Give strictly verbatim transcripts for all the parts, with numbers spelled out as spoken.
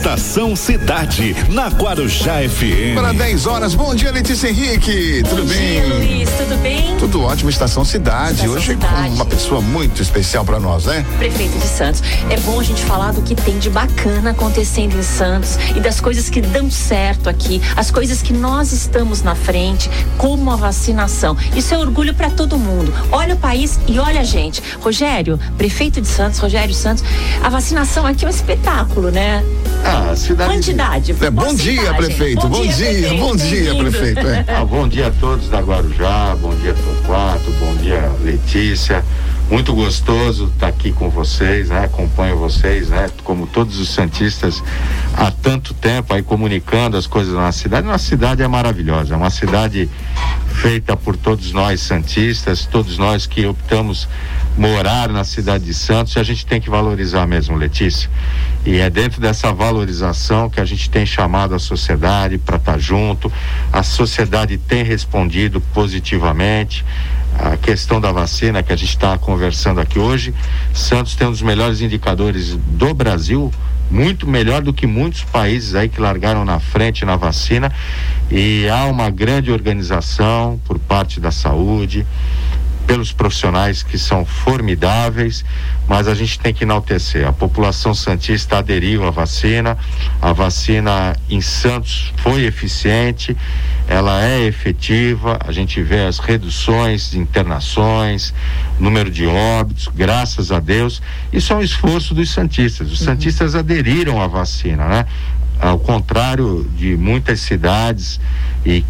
Estação Cidade, na Guarujá F M. Para dez horas, bom dia, Letícia Henrique. Bom tudo dia, bem? Luiz, tudo bem? Tudo ótimo, Estação Cidade. Estação Hoje Cidade. com uma pessoa muito especial para nós, né? Prefeito de Santos. É bom a gente falar do que tem de bacana acontecendo em Santos e das coisas que dão certo aqui, as coisas que nós estamos na frente, como a vacinação. Isso é orgulho para todo mundo. Olha o país e olha a gente. Rogério, prefeito de Santos, Rogério Santos, a vacinação aqui é um espetáculo, né? Ah, cidade. Quantidade. É, bom dia, prefeito. Bom, bom dia, dia prefeito. Bom dia, prefeito. É. Ah, bom dia a todos da Guarujá, bom dia Torquato, bom dia Letícia. Muito gostoso estar aqui com vocês, né? Acompanho vocês, né? Como todos os santistas há tanto tempo aí comunicando as coisas na cidade. Nossa cidade é maravilhosa, é uma cidade feita por todos nós santistas, todos nós que optamos morar na cidade de Santos, e a gente tem que valorizar mesmo, Letícia. E é dentro dessa valorização que a gente tem chamado a sociedade para estar junto. A sociedade tem respondido positivamente. A questão da vacina que a gente está conversando aqui hoje, Santos tem um dos melhores indicadores do Brasil, muito melhor do que muitos países aí que largaram na frente na vacina, e há uma grande organização por parte da saúde, pelos profissionais que são formidáveis, mas a gente tem que enaltecer. A população santista aderiu à vacina, a vacina em Santos foi eficiente, ela é efetiva, a gente vê as reduções de internações, número de óbitos, graças a Deus. Isso é um esforço dos santistas. Os uhum. santistas aderiram à vacina, né? Ao contrário de muitas cidades e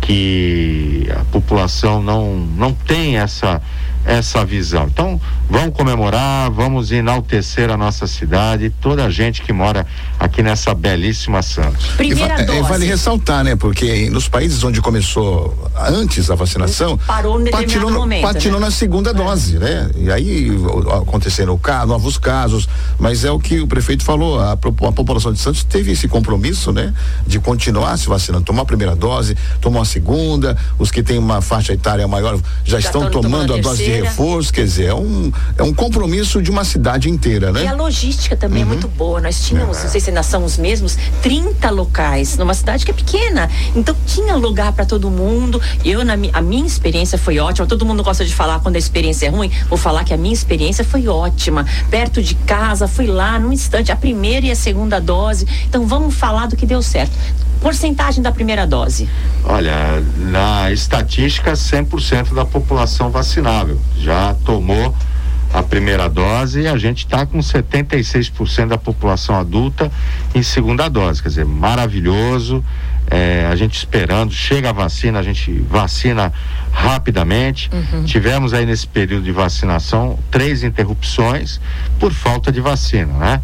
que a população não, não tem essa, essa visão. Então, vamos comemorar, vamos enaltecer a nossa cidade, toda a gente que mora aqui nessa belíssima Santos. Primeira e, dose. Vale ressaltar, né? Porque nos países onde começou antes a vacinação, parou no patinou, momento, patinou né? na segunda é. dose, né? E aí aconteceram casos, novos casos, mas é o que o prefeito falou, a, a população de Santos teve esse compromisso, né? De continuar se vacinando, tomar a primeira dose, tomar a segunda, os que têm uma faixa etária maior já, já estão tomando, tomando a dose de reforço, quer dizer, é um, é um compromisso de uma cidade inteira, né? E a logística também uhum. é muito boa, nós tínhamos, é. não sei se ainda são os mesmos, trinta locais, numa cidade que é pequena, então tinha lugar para todo mundo. Eu, na mi, a minha experiência foi ótima, todo mundo gosta de falar quando a experiência é ruim, vou falar que a minha experiência foi ótima, perto de casa, fui lá num instante, a primeira e a segunda dose, então vamos falar do que deu certo. Porcentagem da primeira dose? Olha, na estatística, cem por cento da população vacinável já tomou a primeira dose, e a gente está com setenta e seis por cento da população adulta em segunda dose, quer dizer, maravilhoso. É, a gente esperando, chega a vacina, a gente vacina rapidamente. Uhum. Tivemos aí nesse período de vacinação três interrupções por falta de vacina, né?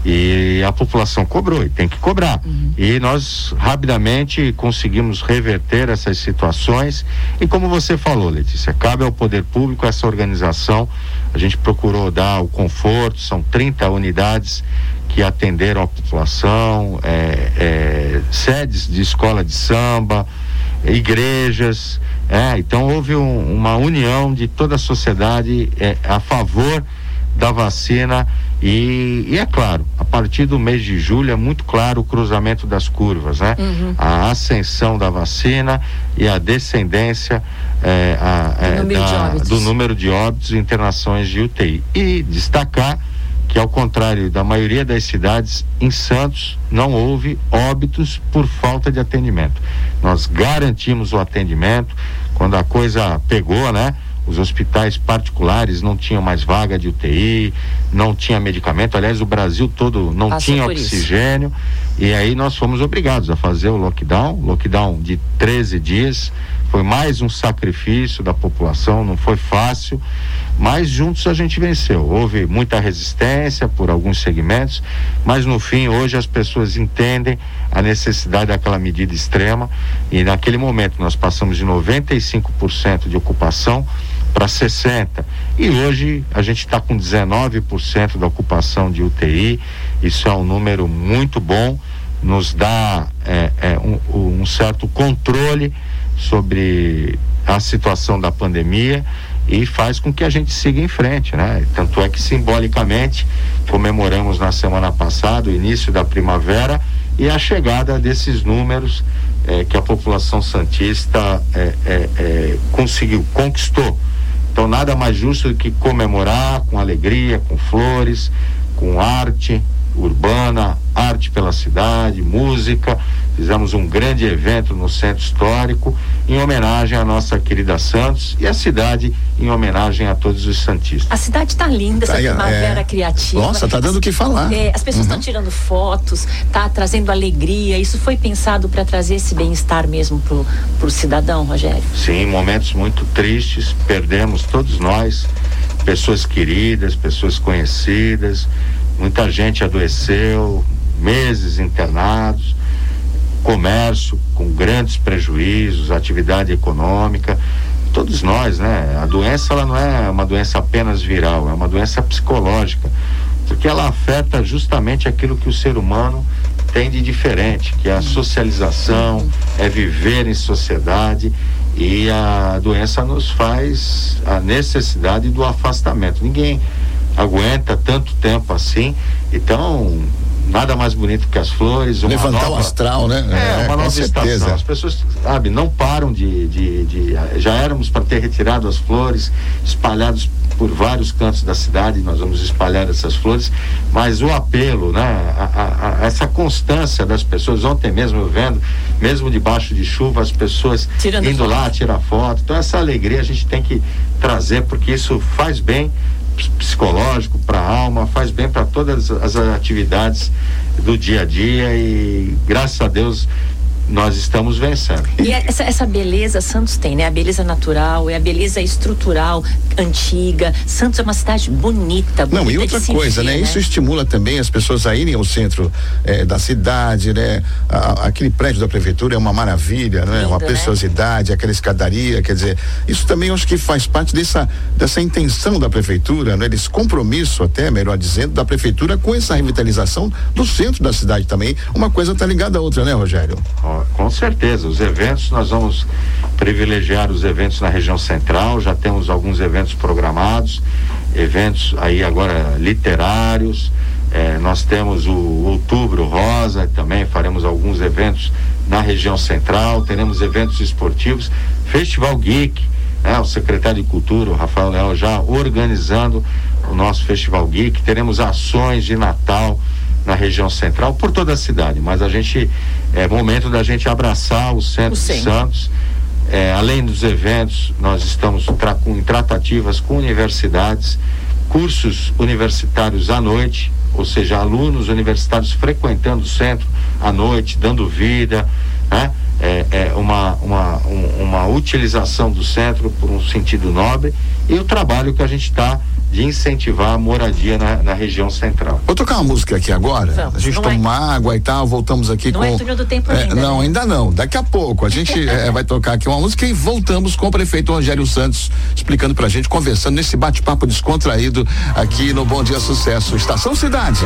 E a população cobrou, e tem que cobrar. Uhum. E nós rapidamente conseguimos reverter essas situações, e como você falou, Letícia, cabe ao poder público essa organização. A gente procurou dar o conforto, são trinta unidades que atenderam a população, é, é, sedes de escola de samba, igrejas, é, então houve um, uma união de toda a sociedade é, a favor da vacina, e, e é claro, a partir do mês de julho é muito claro o cruzamento das curvas, né? Uhum. A ascensão da vacina e a descendência é, a, é, número da, do número de óbitos e internações de U T I. E destacar que, ao contrário da maioria das cidades, em Santos não houve óbitos por falta de atendimento. Nós garantimos o atendimento quando a coisa pegou, né? Os hospitais particulares não tinham mais vaga de U T I, não tinha medicamento, aliás, o Brasil todo não Passou tinha oxigênio, e aí nós fomos obrigados a fazer o lockdown, lockdown de treze dias, foi mais um sacrifício da população, não foi fácil, mas juntos a gente venceu. Houve muita resistência por alguns segmentos, mas no fim, hoje as pessoas entendem a necessidade daquela medida extrema, e naquele momento nós passamos de noventa e cinco por cento de ocupação para sessenta por cento, e hoje a gente está com dezenove por cento da ocupação de U T I. Isso é um número muito bom, nos dá é, é, um, um certo controle sobre a situação da pandemia e faz com que a gente siga em frente, né? Tanto é que simbolicamente comemoramos na semana passada o início da primavera e a chegada desses números é, que a população santista é, é, é, conseguiu, conquistou. Então nada mais justo do que comemorar com alegria, com flores, com arte urbana, arte pela cidade, música. Fizemos um grande evento no Centro Histórico em homenagem à nossa querida Santos e a cidade em homenagem a todos os santistas. A cidade está linda, tá, essa primavera é... criativa. Nossa, tá dando o que falar. É, as pessoas estão uhum. tirando fotos, tá trazendo alegria. Isso foi pensado para trazer esse bem-estar mesmo pro, pro cidadão, Rogério? Sim, momentos muito tristes, perdemos todos nós, pessoas queridas, pessoas conhecidas, muita gente adoeceu, meses internados, comércio com grandes prejuízos, atividade econômica, todos nós, né? A doença, ela não é uma doença apenas viral, é uma doença psicológica, porque ela afeta justamente aquilo que o ser humano tem de diferente, que é a socialização, é viver em sociedade, e a doença nos faz a necessidade do afastamento. Ninguém aguenta tanto tempo assim, então nada mais bonito que as flores, uma levantar nova, o astral, né? É, uma é, nova certeza. estação. As pessoas, sabe, não param de, de, de já éramos para ter retirado as flores, espalhados por vários cantos da cidade, nós vamos espalhar essas flores, mas o apelo, né? A, a, a, essa constância das pessoas, ontem mesmo eu vendo, mesmo debaixo de chuva, as pessoas Tirando indo foto. lá tirar foto, então essa alegria a gente tem que trazer, porque isso faz bem psicológico, para a alma, faz bem para todas as atividades do dia a dia, e graças a Deus nós estamos vencendo. E essa, essa beleza Santos tem, né? A beleza natural, é a beleza estrutural antiga. Santos é uma cidade bonita, bonita. Não, e outra coisa, ver, né? né? Isso estimula também as pessoas a irem ao centro eh, da cidade, né? A, aquele prédio da prefeitura é uma maravilha, né? Lindo, uma preciosidade, né? Aquela escadaria, quer dizer, isso também eu acho que faz parte dessa, dessa intenção da prefeitura, né? Desse compromisso até, melhor dizendo, da prefeitura com essa revitalização do centro da cidade também. Uma coisa está ligada à outra, né, Rogério? Com certeza, os eventos, nós vamos privilegiar os eventos na região central, já temos alguns eventos programados, eventos aí agora literários, eh, nós temos o Outubro Rosa, também faremos alguns eventos na região central, teremos eventos esportivos, Festival Geek, né? O secretário de Cultura, o Rafael Leal, já organizando o nosso Festival Geek, teremos ações de Natal na região central, por toda a cidade, mas a gente, é momento da gente abraçar o centro o de Santos, é, além dos eventos, nós estamos tra com, em tratativas com universidades, cursos universitários à noite, ou seja, alunos universitários frequentando o centro à noite, dando vida, né? É, é uma, uma, um, uma utilização do centro por um sentido nobre, e o trabalho que a gente está de incentivar a moradia na, na região central. Vou tocar uma música aqui agora. Vamos, a gente toma é... água e tal, voltamos aqui não com... Não é túnel do tempo é, ainda. Não, né? ainda não. Daqui a pouco a gente é, vai tocar aqui uma música e voltamos com o prefeito Rogério Santos explicando pra gente, conversando nesse bate-papo descontraído aqui no Bom Dia Sucesso. Estação Cidade.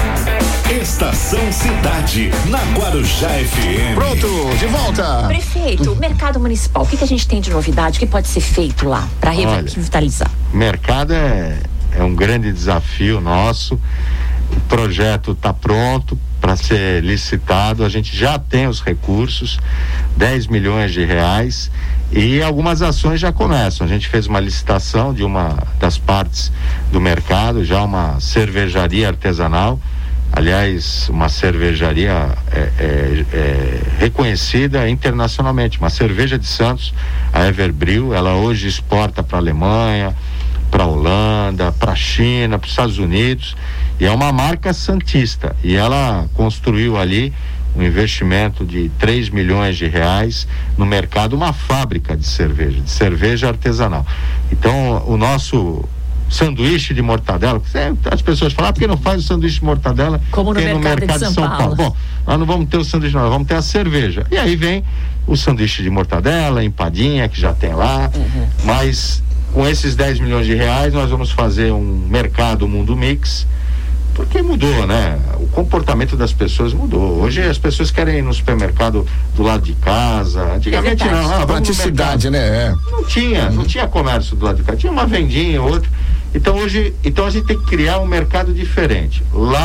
Estação Cidade, na Guarujá F M. Pronto, de volta. Prefeito, o mercado municipal, o que, que a gente tem de novidade? O que pode ser feito lá para revitalizar? Mercado é, é um grande desafio nosso. O projeto está pronto para ser licitado. A gente já tem os recursos, dez milhões de reais, e algumas ações já começam. A gente fez uma licitação de uma das partes do mercado, já uma cervejaria artesanal. Aliás, uma cervejaria é, é, é, reconhecida internacionalmente, uma cerveja de Santos, a Everbril. Ela hoje exporta para a Alemanha, para a Holanda, para a China, para os Estados Unidos, e é uma marca santista, e ela construiu ali um investimento de três milhões de reais no mercado, uma fábrica de cerveja, de cerveja artesanal. Então, o nosso sanduíche de mortadela, as pessoas falam, ah, por que não faz o sanduíche de mortadela como no, tem mercado, no mercado de São, São Paulo? Paulo? Bom, nós não vamos ter o sanduíche, nós vamos ter a cerveja. E aí vem o sanduíche de mortadela, empadinha, que já tem lá, uhum. Mas com esses dez milhões de reais nós vamos fazer um mercado mundo mix, porque mudou, né? O comportamento das pessoas mudou. Hoje as pessoas querem ir no supermercado do lado de casa. Antigamente é não. Ah, praticidade, né? É. Não tinha, uhum. não tinha comércio do lado de casa. Tinha uma vendinha, outra. Então hoje, então a gente tem que criar um mercado diferente. Lá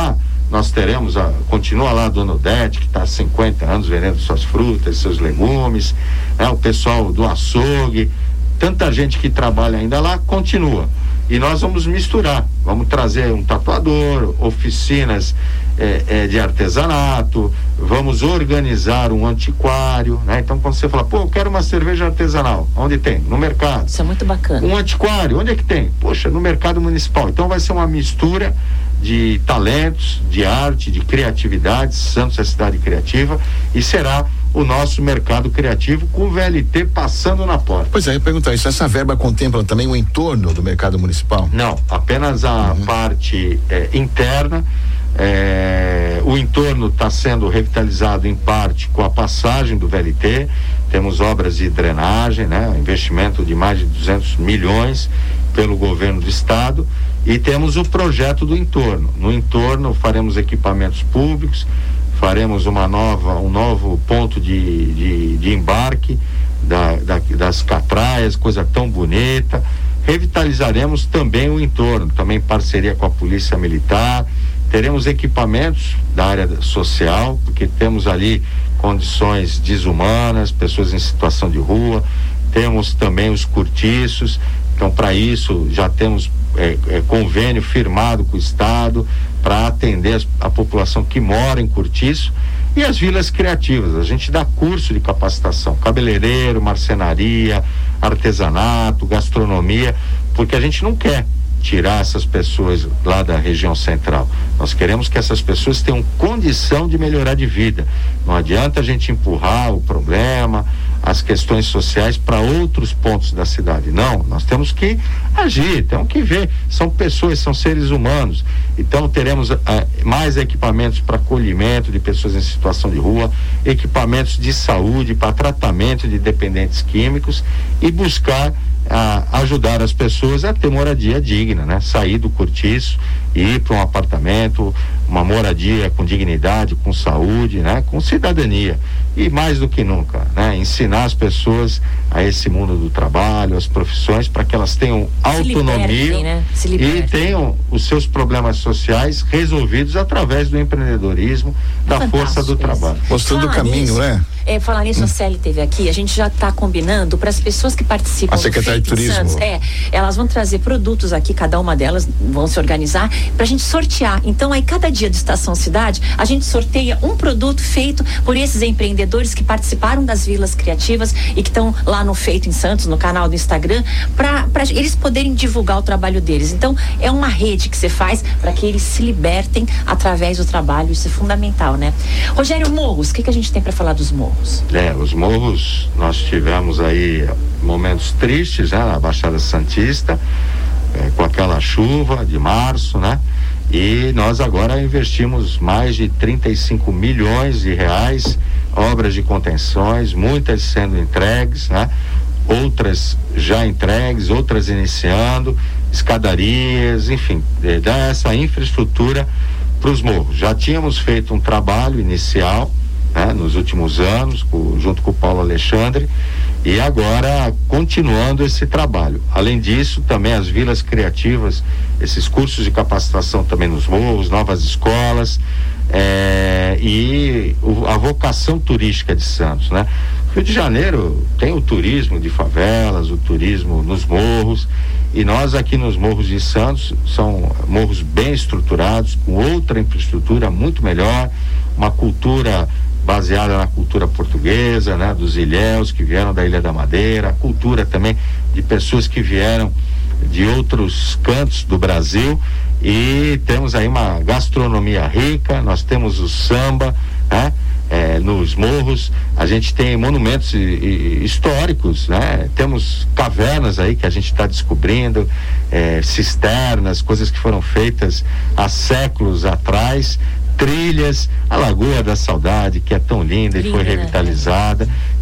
nós teremos, a, continua lá a Dona Odete, que está há cinquenta anos vendendo suas frutas, seus legumes, né? O pessoal do açougue, tanta gente que trabalha ainda lá, continua. E nós vamos misturar, vamos trazer um tatuador, oficinas é, é, de artesanato, vamos organizar um antiquário, né? Então quando você fala, pô, eu quero uma cerveja artesanal, onde tem? No mercado. Isso é muito bacana. Um antiquário, onde é que tem? Poxa, no mercado municipal. Então vai ser uma mistura de talentos, de arte, de criatividade. Santos é cidade criativa e será o nosso mercado criativo com o V L T passando na porta. Pois é, eu ia perguntar isso, essa verba contempla também o entorno do mercado municipal? Não, apenas a uhum. parte é, interna. É, o entorno está sendo revitalizado em parte com a passagem do V L T. Temos obras de drenagem, né? Um investimento de mais de duzentos milhões pelo governo do estado, e temos o projeto do entorno. No entorno faremos equipamentos públicos, faremos uma nova, um novo ponto de, de, de embarque da, da, das catraias, coisa tão bonita. Revitalizaremos também o entorno, também em parceria com a Polícia Militar. Teremos equipamentos da área social, porque temos ali condições desumanas, pessoas em situação de rua. Temos também os cortiços. Então, para isso, já temos é, é, convênio firmado com o Estado para atender as, a população que mora em cortiço. E as vilas criativas, a gente dá curso de capacitação, cabeleireiro, marcenaria, artesanato, gastronomia, porque a gente não quer tirar essas pessoas lá da região central. Nós queremos que essas pessoas tenham condição de melhorar de vida. Não adianta a gente empurrar o problema, as questões sociais para outros pontos da cidade. Não, nós temos que agir, temos que ver. São pessoas, são seres humanos. Então teremos uh, mais equipamentos para acolhimento de pessoas em situação de rua, equipamentos de saúde para tratamento de dependentes químicos e buscar a ajudar as pessoas a ter moradia digna, né? Sair do cortiço, ir para um apartamento, uma moradia com dignidade, com saúde, né? Com cidadania. E mais do que nunca, né? Ensinar as pessoas a esse mundo do trabalho, as profissões, para que elas tenham autonomia, se libertem, né? Se libertem. E tenham os seus problemas sociais resolvidos através do empreendedorismo, da Fantástico força do trabalho. Mostrando o caminho, né? É, falar nisso, hum. a Célia esteve aqui, a gente já está combinando para as pessoas que participam a Secretaria de Turismo. Santos, é, elas vão trazer produtos aqui, cada uma delas vão se organizar para a gente sortear. Então, aí cada dia do Estação Cidade, a gente sorteia um produto feito por esses empreendedores que participaram das vilas criativas e que estão lá no Feito em Santos, no canal do Instagram, para eles poderem divulgar o trabalho deles. Então, é uma rede que você faz para que eles se libertem através do trabalho. Isso é fundamental, né? Rogério, morros, o que, que a gente tem para falar dos morros? É, os morros, nós tivemos aí momentos tristes, né, na Baixada Santista, é, com aquela chuva de março, né? E nós agora investimos mais de trinta e cinco milhões de reais, obras de contenções, muitas sendo entregues, né? Outras já entregues, outras iniciando, escadarias, enfim, é, dar essa infraestrutura para os morros. Já tínhamos feito um trabalho inicial, né, nos últimos anos, com, junto com o Paulo Alexandre, e agora continuando esse trabalho. Além disso, também as vilas criativas, esses cursos de capacitação também nos morros, novas escolas, é, e o, a vocação turística de Santos, né? Rio de Janeiro tem o turismo de favelas, o turismo nos morros, e nós aqui nos morros de Santos são morros bem estruturados, com outra infraestrutura muito melhor, uma cultura baseada na cultura portuguesa, né? Dos ilhéus que vieram da Ilha da Madeira, a cultura também de pessoas que vieram de outros cantos do Brasil, e temos aí uma gastronomia rica, nós temos o samba, né? É, nos morros, a gente tem monumentos e, e, históricos, né? Temos cavernas aí que a gente está descobrindo, é, cisternas, coisas que foram feitas há séculos atrás, trilhas, a Lagoa da Saudade, que é tão linda, linda e foi revitalizada. Né?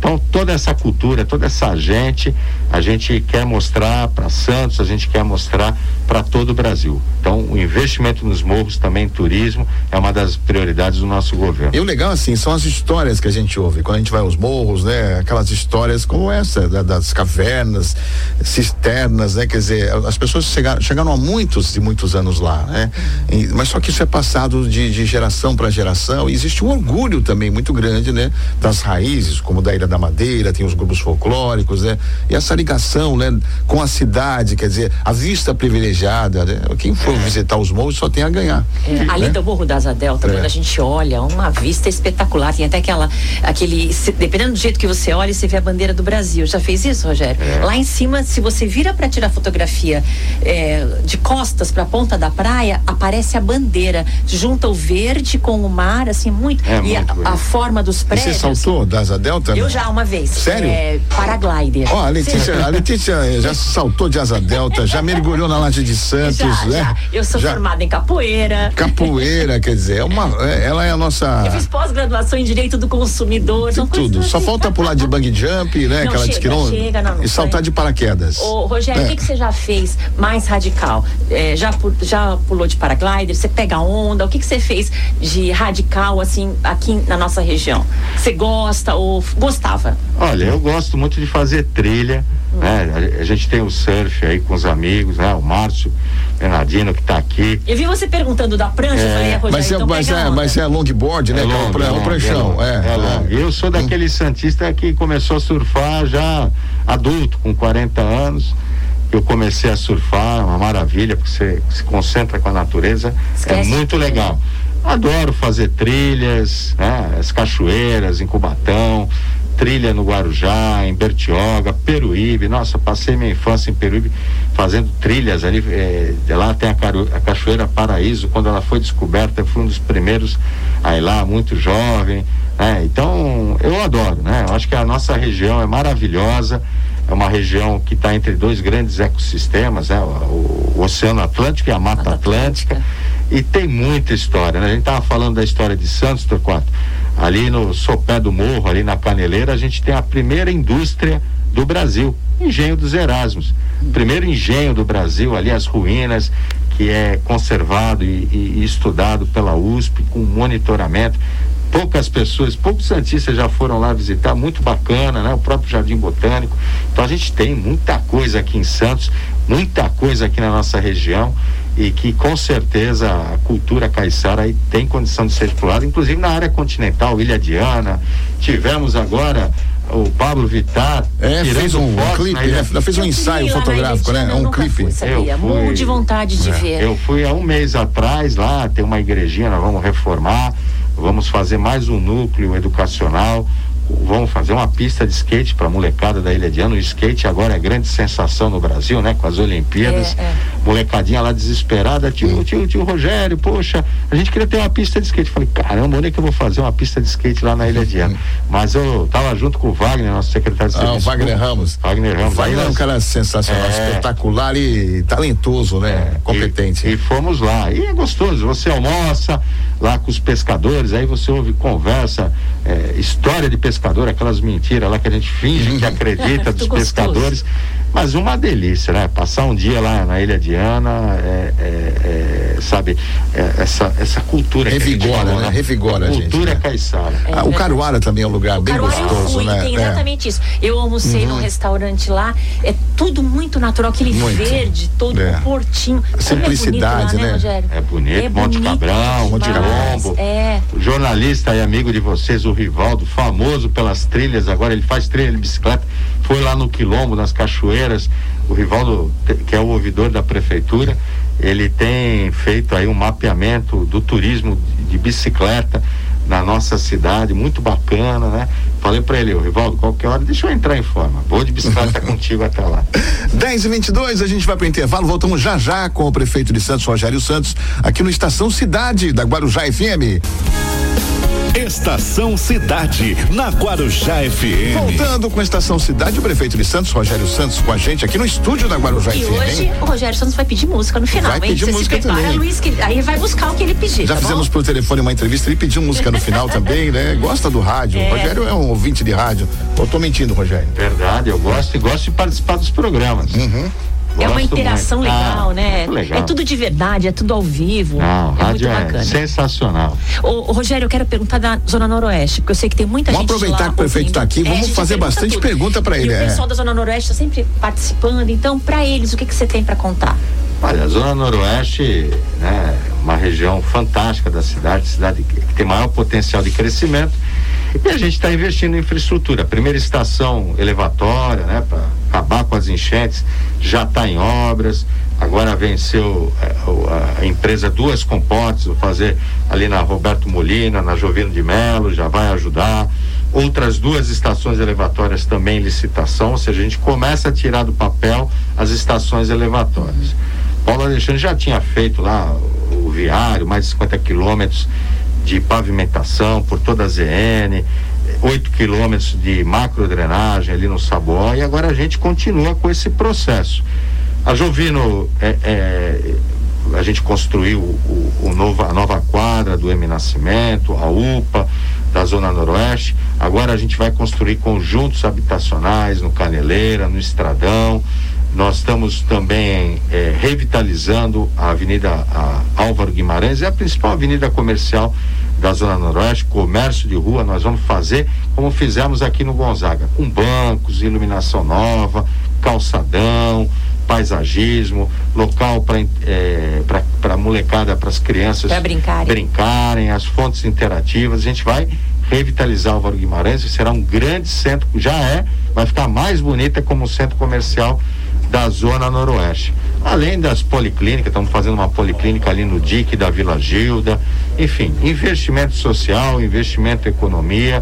Então, toda essa cultura, toda essa gente, a gente quer mostrar para Santos, a gente quer mostrar para todo o Brasil. Então, o investimento nos morros, também turismo, é uma das prioridades do nosso governo. E o legal, assim, são as histórias que a gente ouve quando a gente vai aos morros, né? Aquelas histórias como essa, da, das cavernas, cisternas, né? Quer dizer, as pessoas chegaram, chegaram há muitos e muitos anos lá, né? E, mas só que isso é passado de, de geração para geração, e existe um orgulho também muito grande, né? Das raízes, como da Ilha da Madeira, tem os grupos folclóricos, né? E essa ligação, né? Com a cidade, quer dizer, a vista privilegiada, né? Quem for visitar os morros só tem a ganhar. É, né? Ali do Morro da Asa Delta, É. quando a gente olha, uma vista espetacular, tem até aquela, aquele, se, dependendo do jeito que você olha, você vê a bandeira do Brasil. Já fez isso, Rogério? É. Lá em cima, se você vira para tirar fotografia é, de costas para a ponta da praia, aparece a bandeira, junta o verde com o mar, assim, muito, É e muito a, a forma dos E prédios. você saltou da Asa Delta? Eu não? já uma vez. Sério? É, paraglider. Ó, a Letícia, a Letícia já saltou de Asa Delta, já mergulhou na Laje de Santos, já, né? já. Eu sou Já- formada em capoeira. Capoeira, quer dizer, é uma, é- ela é a nossa. Eu fiz pós-graduação em Direito do Consumidor. São Tem tudo. coisas Só assim. falta pular de bang jump, né? Não, que ela disse que chega, não. chega, não, não e saltar foi. de paraquedas. Ô, Rogério, o É. que, que você já fez mais radical? É, já, pu- já pulou de paraglider? Você pega onda? O que, que você fez de radical, assim, aqui na nossa região? Você gosta ou f- gostava? Olha, eu gosto muito de fazer trilha, né? A, a gente tem o surf aí com os amigos, né? O Márcio Bernardino que está aqui. Eu vi você perguntando da prancha, eu falei, é, Rogério, Mas é, então mas, pega é, onda. mas é longboard, né? É que é um, longo, pra- é um longo, pranchão. é longo, É, é longo. Eu sou daquele santista que começou a surfar já adulto, com quarenta anos. Eu comecei a surfar, uma maravilha, porque você se concentra com a natureza, Esquece é muito tudo. legal. Adoro fazer trilhas, né? As cachoeiras em Cubatão, trilha no Guarujá, em Bertioga, Peruíbe. Nossa, passei minha infância em Peruíbe fazendo trilhas ali. É, lá tem a, Caru, a Cachoeira Paraíso. Quando ela foi descoberta, eu fui um dos primeiros a ir lá, muito jovem. Né? Então, eu adoro, né? Eu acho que a nossa região é maravilhosa. É uma região que está entre dois grandes ecossistemas, né? O, o Oceano Atlântico e a Mata Mata Atlântica. Atlântica. E tem muita história, né? A gente estava falando da história de Santos, Torquato. Ali no sopé do morro, ali na Caneleira, a gente tem a primeira indústria do Brasil, Engenho dos Erasmos. Primeiro engenho do Brasil, ali as ruínas, que é conservado e, e, e estudado pela U S P, com monitoramento. Poucas pessoas, poucos santistas já foram lá visitar, muito bacana, né? O próprio Jardim Botânico. Então a gente tem muita coisa aqui em Santos, muita coisa aqui na nossa região, e que com certeza a cultura caiçara aí tem condição de ser explorada, inclusive na área continental, Ilha Diana. Tivemos agora o Pablo Vittar É, tirando fez um, um fotos clipe, na Ilha- né? Fez um Eu ensaio queria ir lá na fotográfico, Ilha né? Diana, eu Um nunca clipe. fui, sabia? Eu fui- Morro de vontade de É. ver. Eu fui há um mês atrás lá, tem uma igrejinha, nós vamos reformar, vamos fazer mais um núcleo educacional, vamos fazer uma pista de skate para a molecada da Ilha Diana. O skate agora é grande sensação no Brasil, né? Com as Olimpíadas. É, é. Molecadinha lá desesperada, tio, tio, tio Rogério, poxa, a gente queria ter uma pista de skate. Falei, caramba, onde é que eu vou fazer uma pista de skate lá na Ilha Diana? Mas eu tava junto com o Wagner, nosso secretário de Ah, o serviço. Wagner Ramos. Wagner Ramos. Wagner Aí é um nós- cara sensacional, É. espetacular e talentoso, né? Competente. E, e fomos lá. E é gostoso. Você almoça lá com os pescadores, aí você ouve conversa, é, história de pescador, aquelas mentiras lá que a gente finge que acredita dos Muito gostoso. pescadores. Mas uma delícia, né? Passar um dia lá na Ilha Diana, é, é, é, sabe, é, essa, essa cultura que a gente Revigora, falou, né? Revigora a gente, cultura né? caiçara. É Ah, o Caruara também é um lugar bem Caruaru eu gostoso, fui, né? tem É. exatamente isso. Eu almocei num restaurante lá, é tudo muito natural, aquele Muito. verde, todo É. um portinho. A simplicidade, Como é bonito lá, né? Rogério? É bonito, É Monte bonito Cabrão, Monte demais. Quilombo. É. O jornalista e amigo de vocês, o Rivaldo, famoso pelas trilhas, agora ele faz trilha de bicicleta, foi lá no Quilombo, nas cachoeiras. O Rivaldo, que é o ouvidor da prefeitura, ele tem feito aí um mapeamento do turismo de bicicleta na nossa cidade, muito bacana, né? Falei pra ele, ô Rivaldo, qualquer hora, deixa eu entrar em forma, vou de bicicleta contigo até lá. dez e vinte e dois, a gente vai para o intervalo, voltamos já já com o prefeito de Santos, Rogério Santos, aqui no Estação Cidade da Guarujá F M. Estação Cidade, na Guarujá F M. Voltando com a Estação Cidade, o prefeito de Santos, Rogério Santos, com a gente aqui no estúdio da Guarujá e F M. E hoje hein? o Rogério Santos vai pedir música no final, vai hein? pedir Você música se prepara, também. Luiz, que aí vai buscar o que ele pedir. Já tá fizemos bom? por telefone uma entrevista, ele pediu música no final também, né? Gosta do rádio. É. O Rogério é um ouvinte de rádio. Eu tô mentindo, Rogério. Verdade, eu gosto e gosto de participar dos programas. Uhum. É uma Gosto interação muito. legal, Ah, né? muito legal. É tudo de verdade, é tudo ao vivo. Não, é rádio muito é bacana. sensacional. Ô, ô, Rogério, eu quero perguntar da Zona Noroeste, porque eu sei que tem muita Vamos gente aproveitar lá que o prefeito ouvindo. está aqui, É, a vamos gente fazer pergunta bastante tudo. pergunta para ele. E o é. pessoal da Zona Noroeste está sempre participando, então, para eles, o que, que você tem para contar? Olha, a Zona Noroeste, né, uma região fantástica da cidade, cidade que tem maior potencial de crescimento, e a gente está investindo em infraestrutura. A primeira estação elevatória, né, para acabar com as enchentes, já está em obras. Agora venceu a, a empresa Duas Comportes, vou fazer ali na Roberto Molina, na Jovino de Melo, já vai ajudar. Outras duas estações elevatórias também em licitação, ou seja, a gente começa a tirar do papel as estações elevatórias. Paulo Alexandre já tinha feito lá o, o viário, mais de cinquenta quilômetros de pavimentação por toda a Z N, oito quilômetros de macro drenagem ali no Saboó, e agora a gente continua com esse processo. A Jovino, é, é, a gente construiu o, o novo, a nova quadra do M. Nascimento, a U P A da Zona Noroeste. Agora a gente vai construir conjuntos habitacionais no Caneleira, no Estradão. Nós estamos também é, revitalizando a Avenida a Álvaro Guimarães, é a principal avenida comercial da Zona Noroeste, comércio de rua. Nós vamos fazer como fizemos aqui no Gonzaga, com bancos, iluminação nova, calçadão, paisagismo, local para é, para molecada, para as crianças pra brincarem. brincarem, as fontes interativas. A gente vai revitalizar o Álvaro Guimarães, será um grande centro, já é, vai ficar mais bonita como centro comercial da Zona Noroeste. Além das policlínicas, estamos fazendo uma policlínica ali no D I C da Vila Gilda. Enfim, investimento social, investimento em economia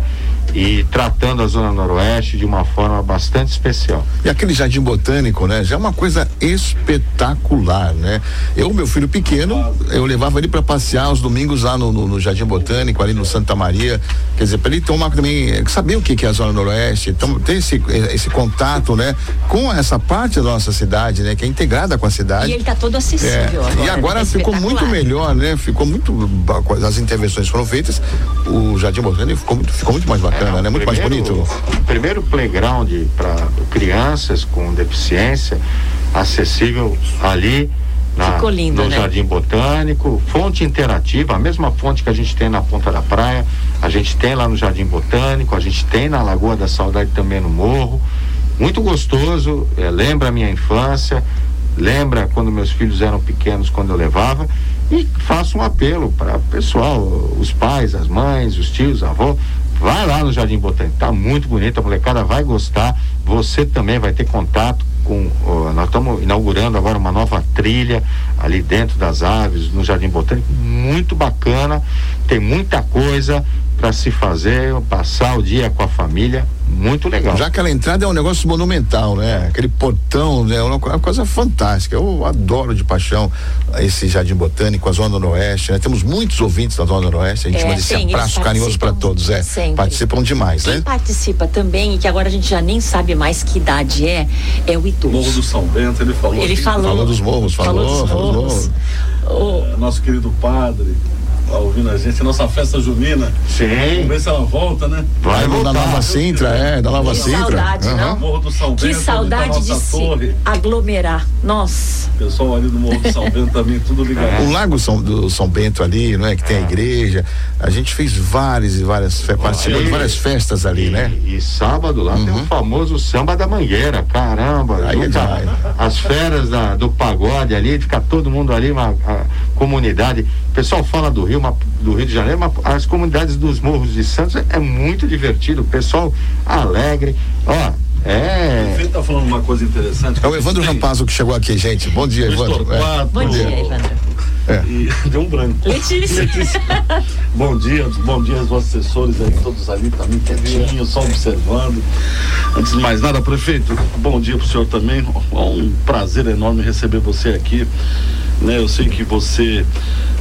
e tratando a Zona Noroeste de uma forma bastante especial. E aquele jardim botânico, né? Já é uma coisa espetacular, né? Eu, meu filho pequeno, eu levava ele para passear aos domingos lá no, no, no Jardim Botânico, ali no Santa Maria, quer dizer, para ele tomar também, saber o que que é a Zona Noroeste, então, ter esse, esse contato, né? Com essa parte da nossa cidade, né? Que é integrada com a cidade. E ele tá todo acessível é. agora. E agora é ficou muito melhor, né? Ficou muito, as intervenções foram feitas, o Jardim Botânico ficou muito, ficou muito mais bacana. É, né? Muito primeiro, mais bonito. O primeiro playground para crianças com deficiência, acessível ali na, lindo, no né? Jardim Botânico, fonte interativa, a mesma fonte que a gente tem na Ponta da Praia, a gente tem lá no Jardim Botânico, a gente tem na Lagoa da Saudade também no Morro. Muito gostoso, é, lembra a minha infância, lembra quando meus filhos eram pequenos, quando eu levava. E faço um apelo para o pessoal, os pais, as mães, os tios, avô, vai lá no Jardim Botânico, tá muito bonito, a molecada vai gostar, você também vai ter contato com, ó, nós estamos inaugurando agora uma nova trilha ali dentro das aves, no Jardim Botânico, muito bacana, tem muita coisa para se fazer, passar o dia com a família, muito legal. Já aquela entrada é um negócio monumental, né? Aquele portão, né? É uma coisa fantástica. Eu adoro de paixão esse Jardim Botânico, a Zona Noroeste, né? Temos muitos ouvintes da Zona Noroeste, a gente é, manda esse abraço carinhoso para todos, é. Sempre. Participam demais, Quem né? participa também, e que agora a gente já nem sabe mais que idade é, é o idoso. Morro do São Bento, ele falou. Ele aqui, falou. Falou dos morros, falou, falou dos falou morros. dos morros. é, nosso querido padre tá ouvindo a gente, nossa festa junina. Sim. Vamos ver se ela volta, né? Vai da voltar. Nova Sintra, é, da Nova Que Sintra. saudade, Uhum. não? Morro do São Que Bento, saudade ali tá a de nossa se torre. aglomerar. Nossa. O pessoal ali do Morro do São Bento também, tudo ligado. O Lago São, do São Bento ali, não é? Que tem a igreja. A gente fez várias e várias, fe, participou de várias festas ali, e, né? E sábado lá uhum. tem o famoso samba da Mangueira, caramba, aí é demais. As feras da, do pagode ali, fica todo mundo ali, uma a comunidade. O pessoal fala do Rio, uma, do Rio de Janeiro, mas as comunidades dos morros de Santos é, é muito divertido, o pessoal alegre, ó. É. O prefeito tá falando uma coisa interessante. É o Evandro Rampazzo que chegou aqui, gente. Bom dia, Evandro. É. Bom dia, Evandro. É. E deu um branco. Letícia. Letícia. Bom dia, bom dia aos vossos assessores aí, todos ali também quietinhos, só observando. Antes de mais nada, prefeito, bom dia pro senhor também. É um prazer enorme receber você aqui. Né? Eu sei que você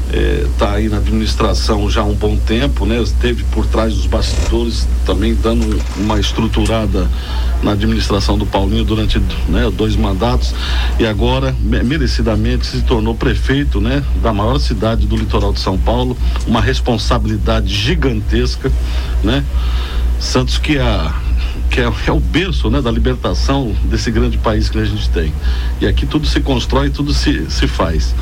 está é, aí na administração já há um bom tempo, né? Esteve por trás dos bastidores também dando uma estruturada na administração do Paulinho durante, né, dois mandatos, e agora merecidamente se tornou prefeito, né, da maior cidade do litoral de São Paulo, uma responsabilidade gigantesca, né? Santos que é que é, é o berço, né, da libertação desse grande país que a gente tem, e aqui tudo se constrói, tudo se, se faz.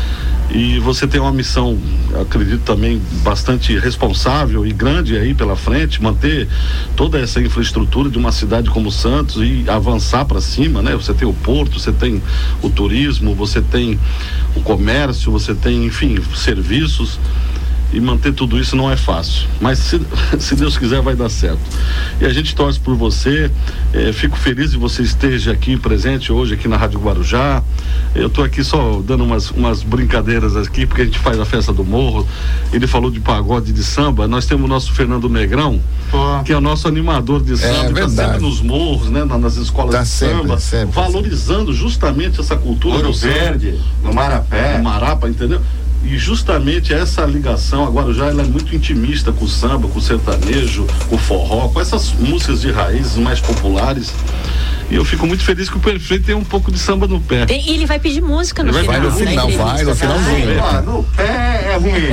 E você tem uma missão, acredito também, bastante responsável e grande aí pela frente, manter toda essa infraestrutura de uma cidade como Santos e avançar para cima, né? Você tem o porto, você tem o turismo, você tem o comércio, você tem, enfim, serviços, e manter tudo isso não é fácil, mas se, se Deus quiser vai dar certo. E a gente torce por você, eh, fico feliz de você esteja aqui presente hoje aqui na Rádio Guarujá. Eu tô aqui só dando umas, umas brincadeiras aqui, porque a gente faz a festa do Morro. Ele falou de pagode, de samba. Nós temos o nosso Fernando Negrão, oh. que é o nosso animador de samba, é, tá sempre nos morros, né, nas escolas tá de sempre, samba, sempre, valorizando sempre. justamente essa cultura. Ouro Verde, no Marapé. No Marapa, entendeu? E justamente essa ligação, a Guarujá, ela é muito intimista com o samba, com o sertanejo, com o forró, com essas músicas de raízes mais populares. E eu fico muito feliz que o prefeito tem um pouco de samba no pé. E ele vai pedir música no ele final. Vai no final, vai no finalzinho. Ah, no pé é ruim.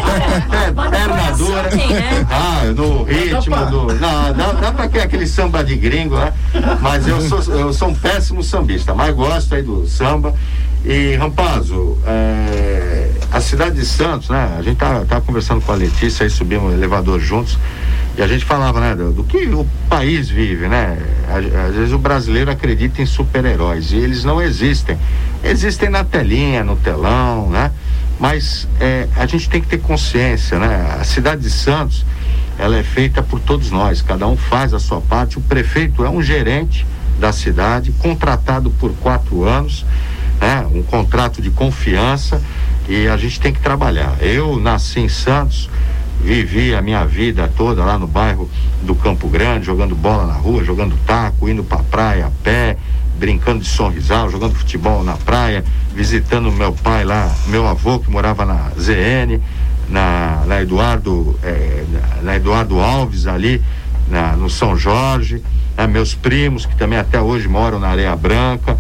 É perna dura. Né? Ah, no ritmo do. Não, dá, dá pra que aquele samba de gringo, né? Mas eu sou, eu sou um péssimo sambista, mas gosto aí do samba. E, Rampazzo, é, a cidade de Santos, né? A gente tá, tá conversando com a Letícia, aí subimos o elevador juntos, e a gente falava, né, do, do que o país vive, né? Às vezes o brasileiro acredita em super-heróis, e eles não existem. Existem na telinha, no telão, né? Mas é, a gente tem que ter consciência, né? A cidade de Santos, ela é feita por todos nós, cada um faz a sua parte. O prefeito é um gerente da cidade, contratado por quatro anos, né? Um contrato de confiança, e a gente tem que trabalhar. Eu nasci em Santos, vivi a minha vida toda lá no bairro do Campo Grande, jogando bola na rua, jogando taco, indo pra praia a pé, brincando de sorrisal, jogando futebol na praia, visitando meu pai lá, meu avô que morava na Z N, na, na Eduardo é, na Eduardo Alves ali, na, no São Jorge, né? Meus primos que também até hoje moram na Areia Branca,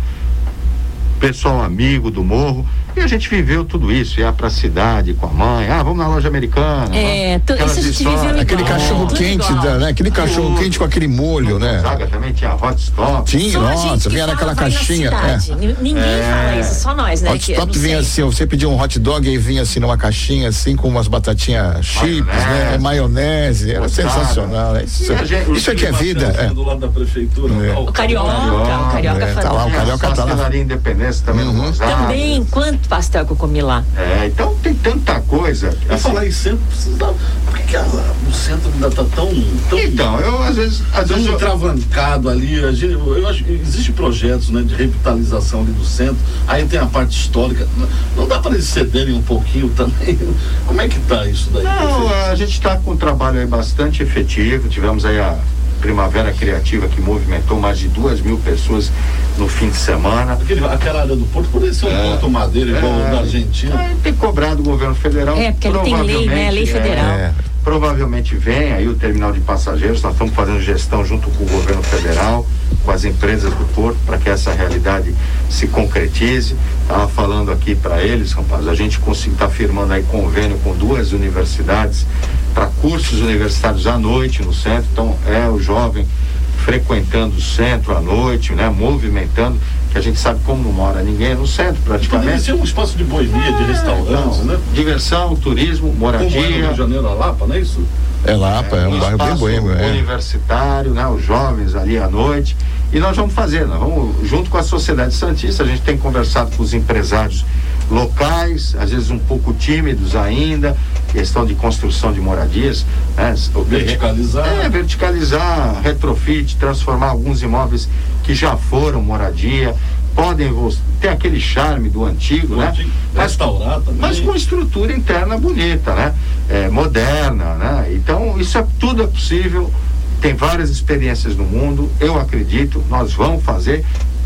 pessoal amigo do morro, e a gente viveu tudo isso, ia pra cidade com a mãe, ah, vamos na loja americana. É, tu, isso a gente viveu aquele cachorro quente, da, né? Aquele cachorro tudo. quente com aquele molho, né? Gonzaga também tinha hot stop. Tinha, nossa, vinha naquela caixinha. É. Ninguém é. fala isso, só nós, né? Hot stop vinha assim, você pedia um hot dog e vinha assim numa caixinha, assim, com umas batatinhas chips, né? Maionese, era sensacional, né? Isso, gente, isso aqui é vida. É. Do lado da prefeitura. É. O Carioca, o Carioca é, tá lá, o Carioca tá lá. Independência também, uhum. no Também, quanto pastel que eu comi lá. É, então tem tanta coisa. Eu assim, falar em centro, precisa, por que, que a, o centro ainda tá tão, tão então, eu às vezes às tão vezes eu... travancado ali, a gente, eu acho que existem projetos, né, de revitalização ali do centro, aí tem a parte histórica, não dá para eles cederem um pouquinho também? Como é que tá isso daí? Não, a gente está com um trabalho aí bastante efetivo, tivemos aí a Primavera Criativa, que movimentou mais de duas mil pessoas no fim de semana. Aquele, aquela área do Porto poderia ser um é, ponto madeira igual é, o da Argentina. É, tem cobrado o governo federal. É, porque ele tem lei, né? Lei federal. É, provavelmente vem aí o terminal de passageiros, nós estamos fazendo gestão junto com o governo federal, com as empresas do Porto, para que essa realidade se concretize. Estava falando aqui para eles, rapaz, a gente conseguiu estar tá firmando aí convênio com duas universidades para cursos universitários à noite no centro, então é o jovem frequentando o centro à noite, né, movimentando, que a gente sabe como não mora ninguém no centro praticamente. Poderia ser um espaço de boemia, é, de restaurantes, não, né? Diversão, turismo, moradia. Como é no Rio de Janeiro, a Lapa, não é isso? É Lapa, é, é um, um bairro bem boêmio, é. Universitário, né, os jovens ali à noite, e nós vamos fazer, nós vamos, junto com a sociedade santista, a gente tem conversado com os empresários locais, às vezes um pouco tímidos ainda, questão de construção de moradias, né? Verticalizar. É, verticalizar, retrofit, transformar alguns imóveis que já foram moradia, podem ter aquele charme do antigo, né? Antigo, mas, restaurar também. Mas com estrutura interna bonita, né? É, moderna, né? Então, isso é, tudo é possível, tem várias experiências no mundo, eu acredito, nós vamos fazer.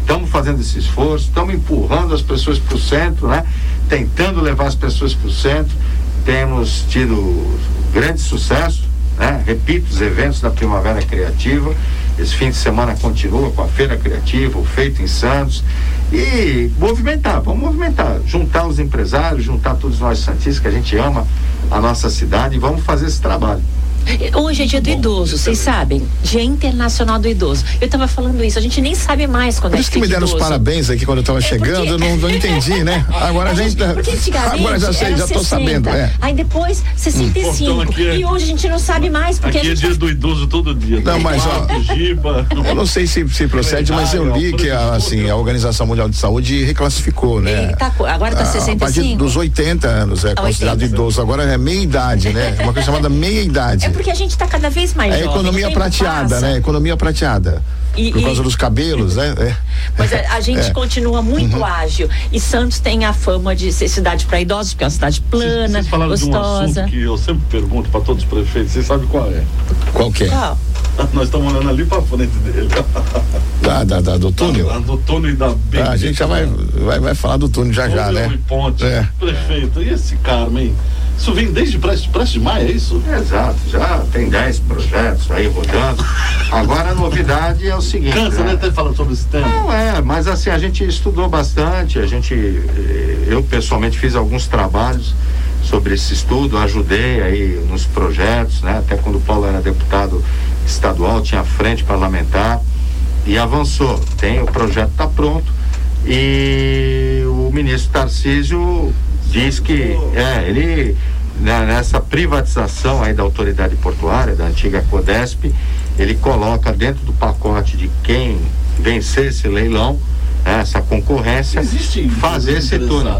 estamos fazendo esse esforço, estamos empurrando as pessoas para o centro, né? Tentando levar as pessoas para o centro. Temos tido grande sucesso, né? Repito, os eventos da Primavera Criativa. Esse fim de semana continua com a Feira Criativa, o Feito em Santos, e movimentar, vamos movimentar, juntar os empresários, juntar todos nós santistas que a gente ama a nossa cidade, e vamos fazer esse trabalho. Hoje é dia do idoso, vocês sabem? Dia Internacional do Idoso. Eu estava falando isso, a gente nem sabe mais quando Por é isso que me deram idoso. os parabéns aqui quando eu estava É chegando, porque... eu não, não entendi, né? Agora a, a gente, gente porque antigamente agora já sei, era já estou sessenta, sabendo. É. Aí depois sessenta e cinco. Hum. Então, é... E hoje a gente não sabe mais. Porque aqui a é gente dia do idoso todo dia. Não, mas ó, Giba. eu não sei se, se procede, mas eu li que a, assim, a Organização Mundial de Saúde reclassificou, né? Tá, agora está sessenta e cinco? A partir dos oitenta anos é considerado oitenta. Idoso, agora é meia idade, né? Uma coisa chamada meia idade. É porque a gente está cada vez mais é jovem. Economia prateada, né? Economia prateada. E, por causa e... dos cabelos, né? É. Mas a, a gente é. continua muito uhum. ágil. E Santos tem a fama de ser cidade para idosos, porque é uma cidade plana, vocês falaram gostosa. De um assunto que eu sempre pergunto para todos os prefeitos, vocês sabem qual é? Qual que é? Qual? Nós estamos olhando ali para frente dele. Da, da, da, do túnel? Da, do túnel e da B. Ah, a gente já vai, vai, vai falar do túnel já já, né? E ponte. É. Prefeito, e esse Carmo, hein? Isso vem desde Prestes, Prestes Maia, é isso? Exato, já tem dez projetos aí rodando. Agora a novidade é o seguinte. Cansa, né? Até falando sobre esse tema. Não, é, mas assim, a gente estudou bastante, a gente, eu pessoalmente fiz alguns trabalhos sobre esse estudo, ajudei aí nos projetos, né? Até quando o Paulo era deputado estadual, tinha frente parlamentar e avançou. Tem, o projeto está pronto e o ministro Tarcísio diz que é, ele né, nessa privatização aí da autoridade portuária, da antiga Codesp, ele coloca dentro do pacote de quem vencer esse leilão, né, essa concorrência, existe fazer esse túnel.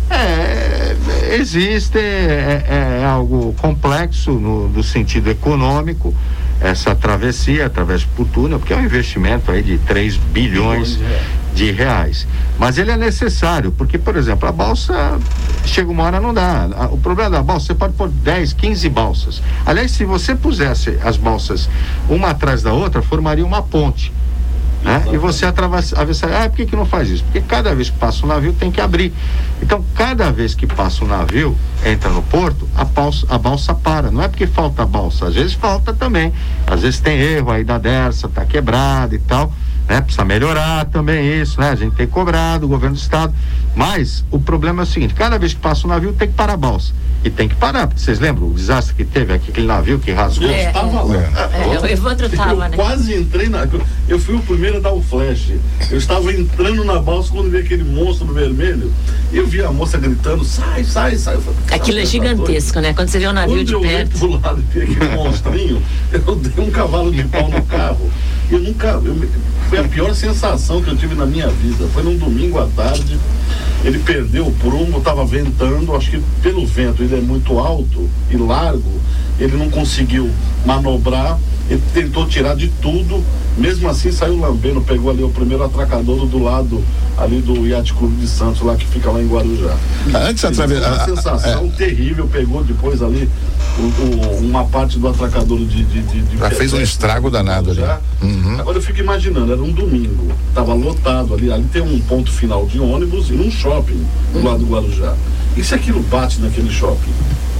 É, existe, é, é algo complexo no, no sentido econômico, essa travessia através do túnel, porque é um investimento aí de três bilhões de reais. Mas ele é necessário, porque, por exemplo, a balsa chega uma hora não dá. O problema da balsa, você pode pôr dez, quinze balsas. Aliás, se você pusesse as balsas uma atrás da outra, formaria uma ponte. Né? E você atravessa, ah, por que que não faz isso? Porque cada vez que passa um navio tem que abrir. Então, cada vez que passa um navio, entra no porto, a balsa, a balsa para. Não é porque falta balsa, às vezes falta também. Às vezes tem erro aí da Dersa, tá quebrada e tal, né? Precisa melhorar também isso, né? A gente tem cobrado, o governo do estado. Mas o problema é o seguinte, cada vez que passa um navio tem que parar a balsa. E tem que parar, porque vocês lembram o desastre que teve aqui, aquele navio que rasgou? É, eu estava lá. É, é, o Evandro estava, eu né? quase entrei na... Eu fui o primeiro a dar o flash. Eu estava entrando na balsa quando vi aquele monstro vermelho. E eu vi a moça gritando, sai, sai, sai. Eu falei, aquilo é gigantesco, né? Quando você vê o navio quando de eu perto. Quando eu pro lado e vi aquele monstrinho, eu dei um cavalo de pau no carro. Eu nunca... Eu, foi a pior sensação que eu tive na minha vida. Foi num domingo à tarde. Ele perdeu o prumo, estava ventando, acho que pelo vento ele é muito alto e largo, ele não conseguiu manobrar, ele tentou tirar de tudo, mesmo assim saiu lambendo, pegou ali o primeiro atracadouro do lado ali do Yacht Clube de Santos, lá que fica lá em Guarujá. Antes através... Uma sensação é... terrível, pegou depois ali o, o, uma parte do atracadouro de... de, de, de Já fez um estrago danado ali. Uhum. Agora eu fico imaginando, era um domingo, estava lotado ali, ali tem um ponto final de ônibus e um shopping do lado do Guarujá. E se aquilo bate naquele shopping?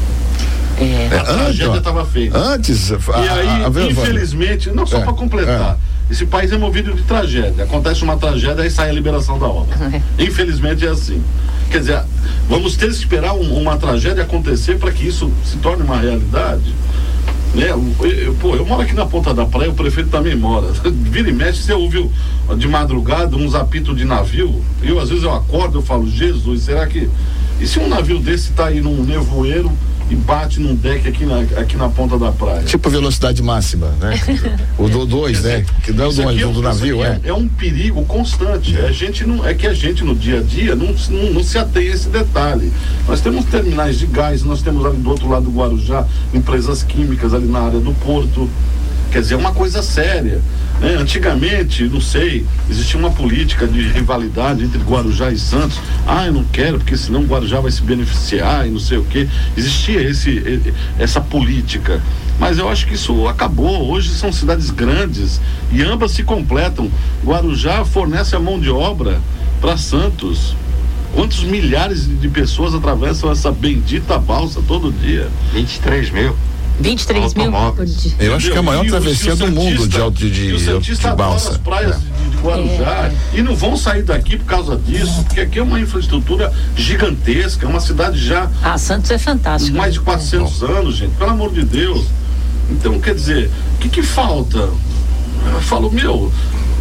É. A tragédia estava feita. Antes, a, e aí, a, a infelizmente, não só é, para completar, é. esse país é movido de tragédia. Acontece uma tragédia, aí sai a liberação da obra. É. Infelizmente é assim. Quer dizer, vamos ter que esperar um, uma tragédia acontecer para que isso se torne uma realidade. Né? Eu, eu, pô, eu moro aqui na Ponta da Praia, o prefeito também mora. Vira e mexe, você ouve de madrugada uns apitos de navio. Eu, às vezes, eu acordo, eu falo, Jesus, será que... E se um navio desse tá aí num nevoeiro e bate num deck aqui na, aqui na ponta da praia? Tipo velocidade máxima, né? O do dois, né? Que não é o do, do, do navio, é. É um perigo constante. A gente não, é que a gente no dia a dia não, não, não se atém a esse detalhe. Nós temos terminais de gás, nós temos ali do outro lado do Guarujá, empresas químicas ali na área do porto. Quer dizer, é uma coisa séria. Né? Antigamente, não sei, existia uma política de rivalidade entre Guarujá e Santos. Ah, eu não quero, porque senão Guarujá vai se beneficiar e não sei o quê. Existia esse, essa política. Mas eu acho que isso acabou. Hoje são cidades grandes e ambas se completam. Guarujá fornece a mão de obra para Santos. Quantos milhares de pessoas atravessam essa bendita balsa todo dia? vinte e três mil. vinte e três mil por dia. Eu acho que é a maior travessia do mundo de, de, de, o Santista de balsa. As praias é. de, de Guarujá, é. E não vão sair daqui por causa disso, porque aqui é uma infraestrutura gigantesca, é uma cidade já... Ah, Santos é fantástico. Mais de quatrocentos é. anos, gente, pelo amor de Deus. Então, quer dizer, o que que falta? Eu falo, meu...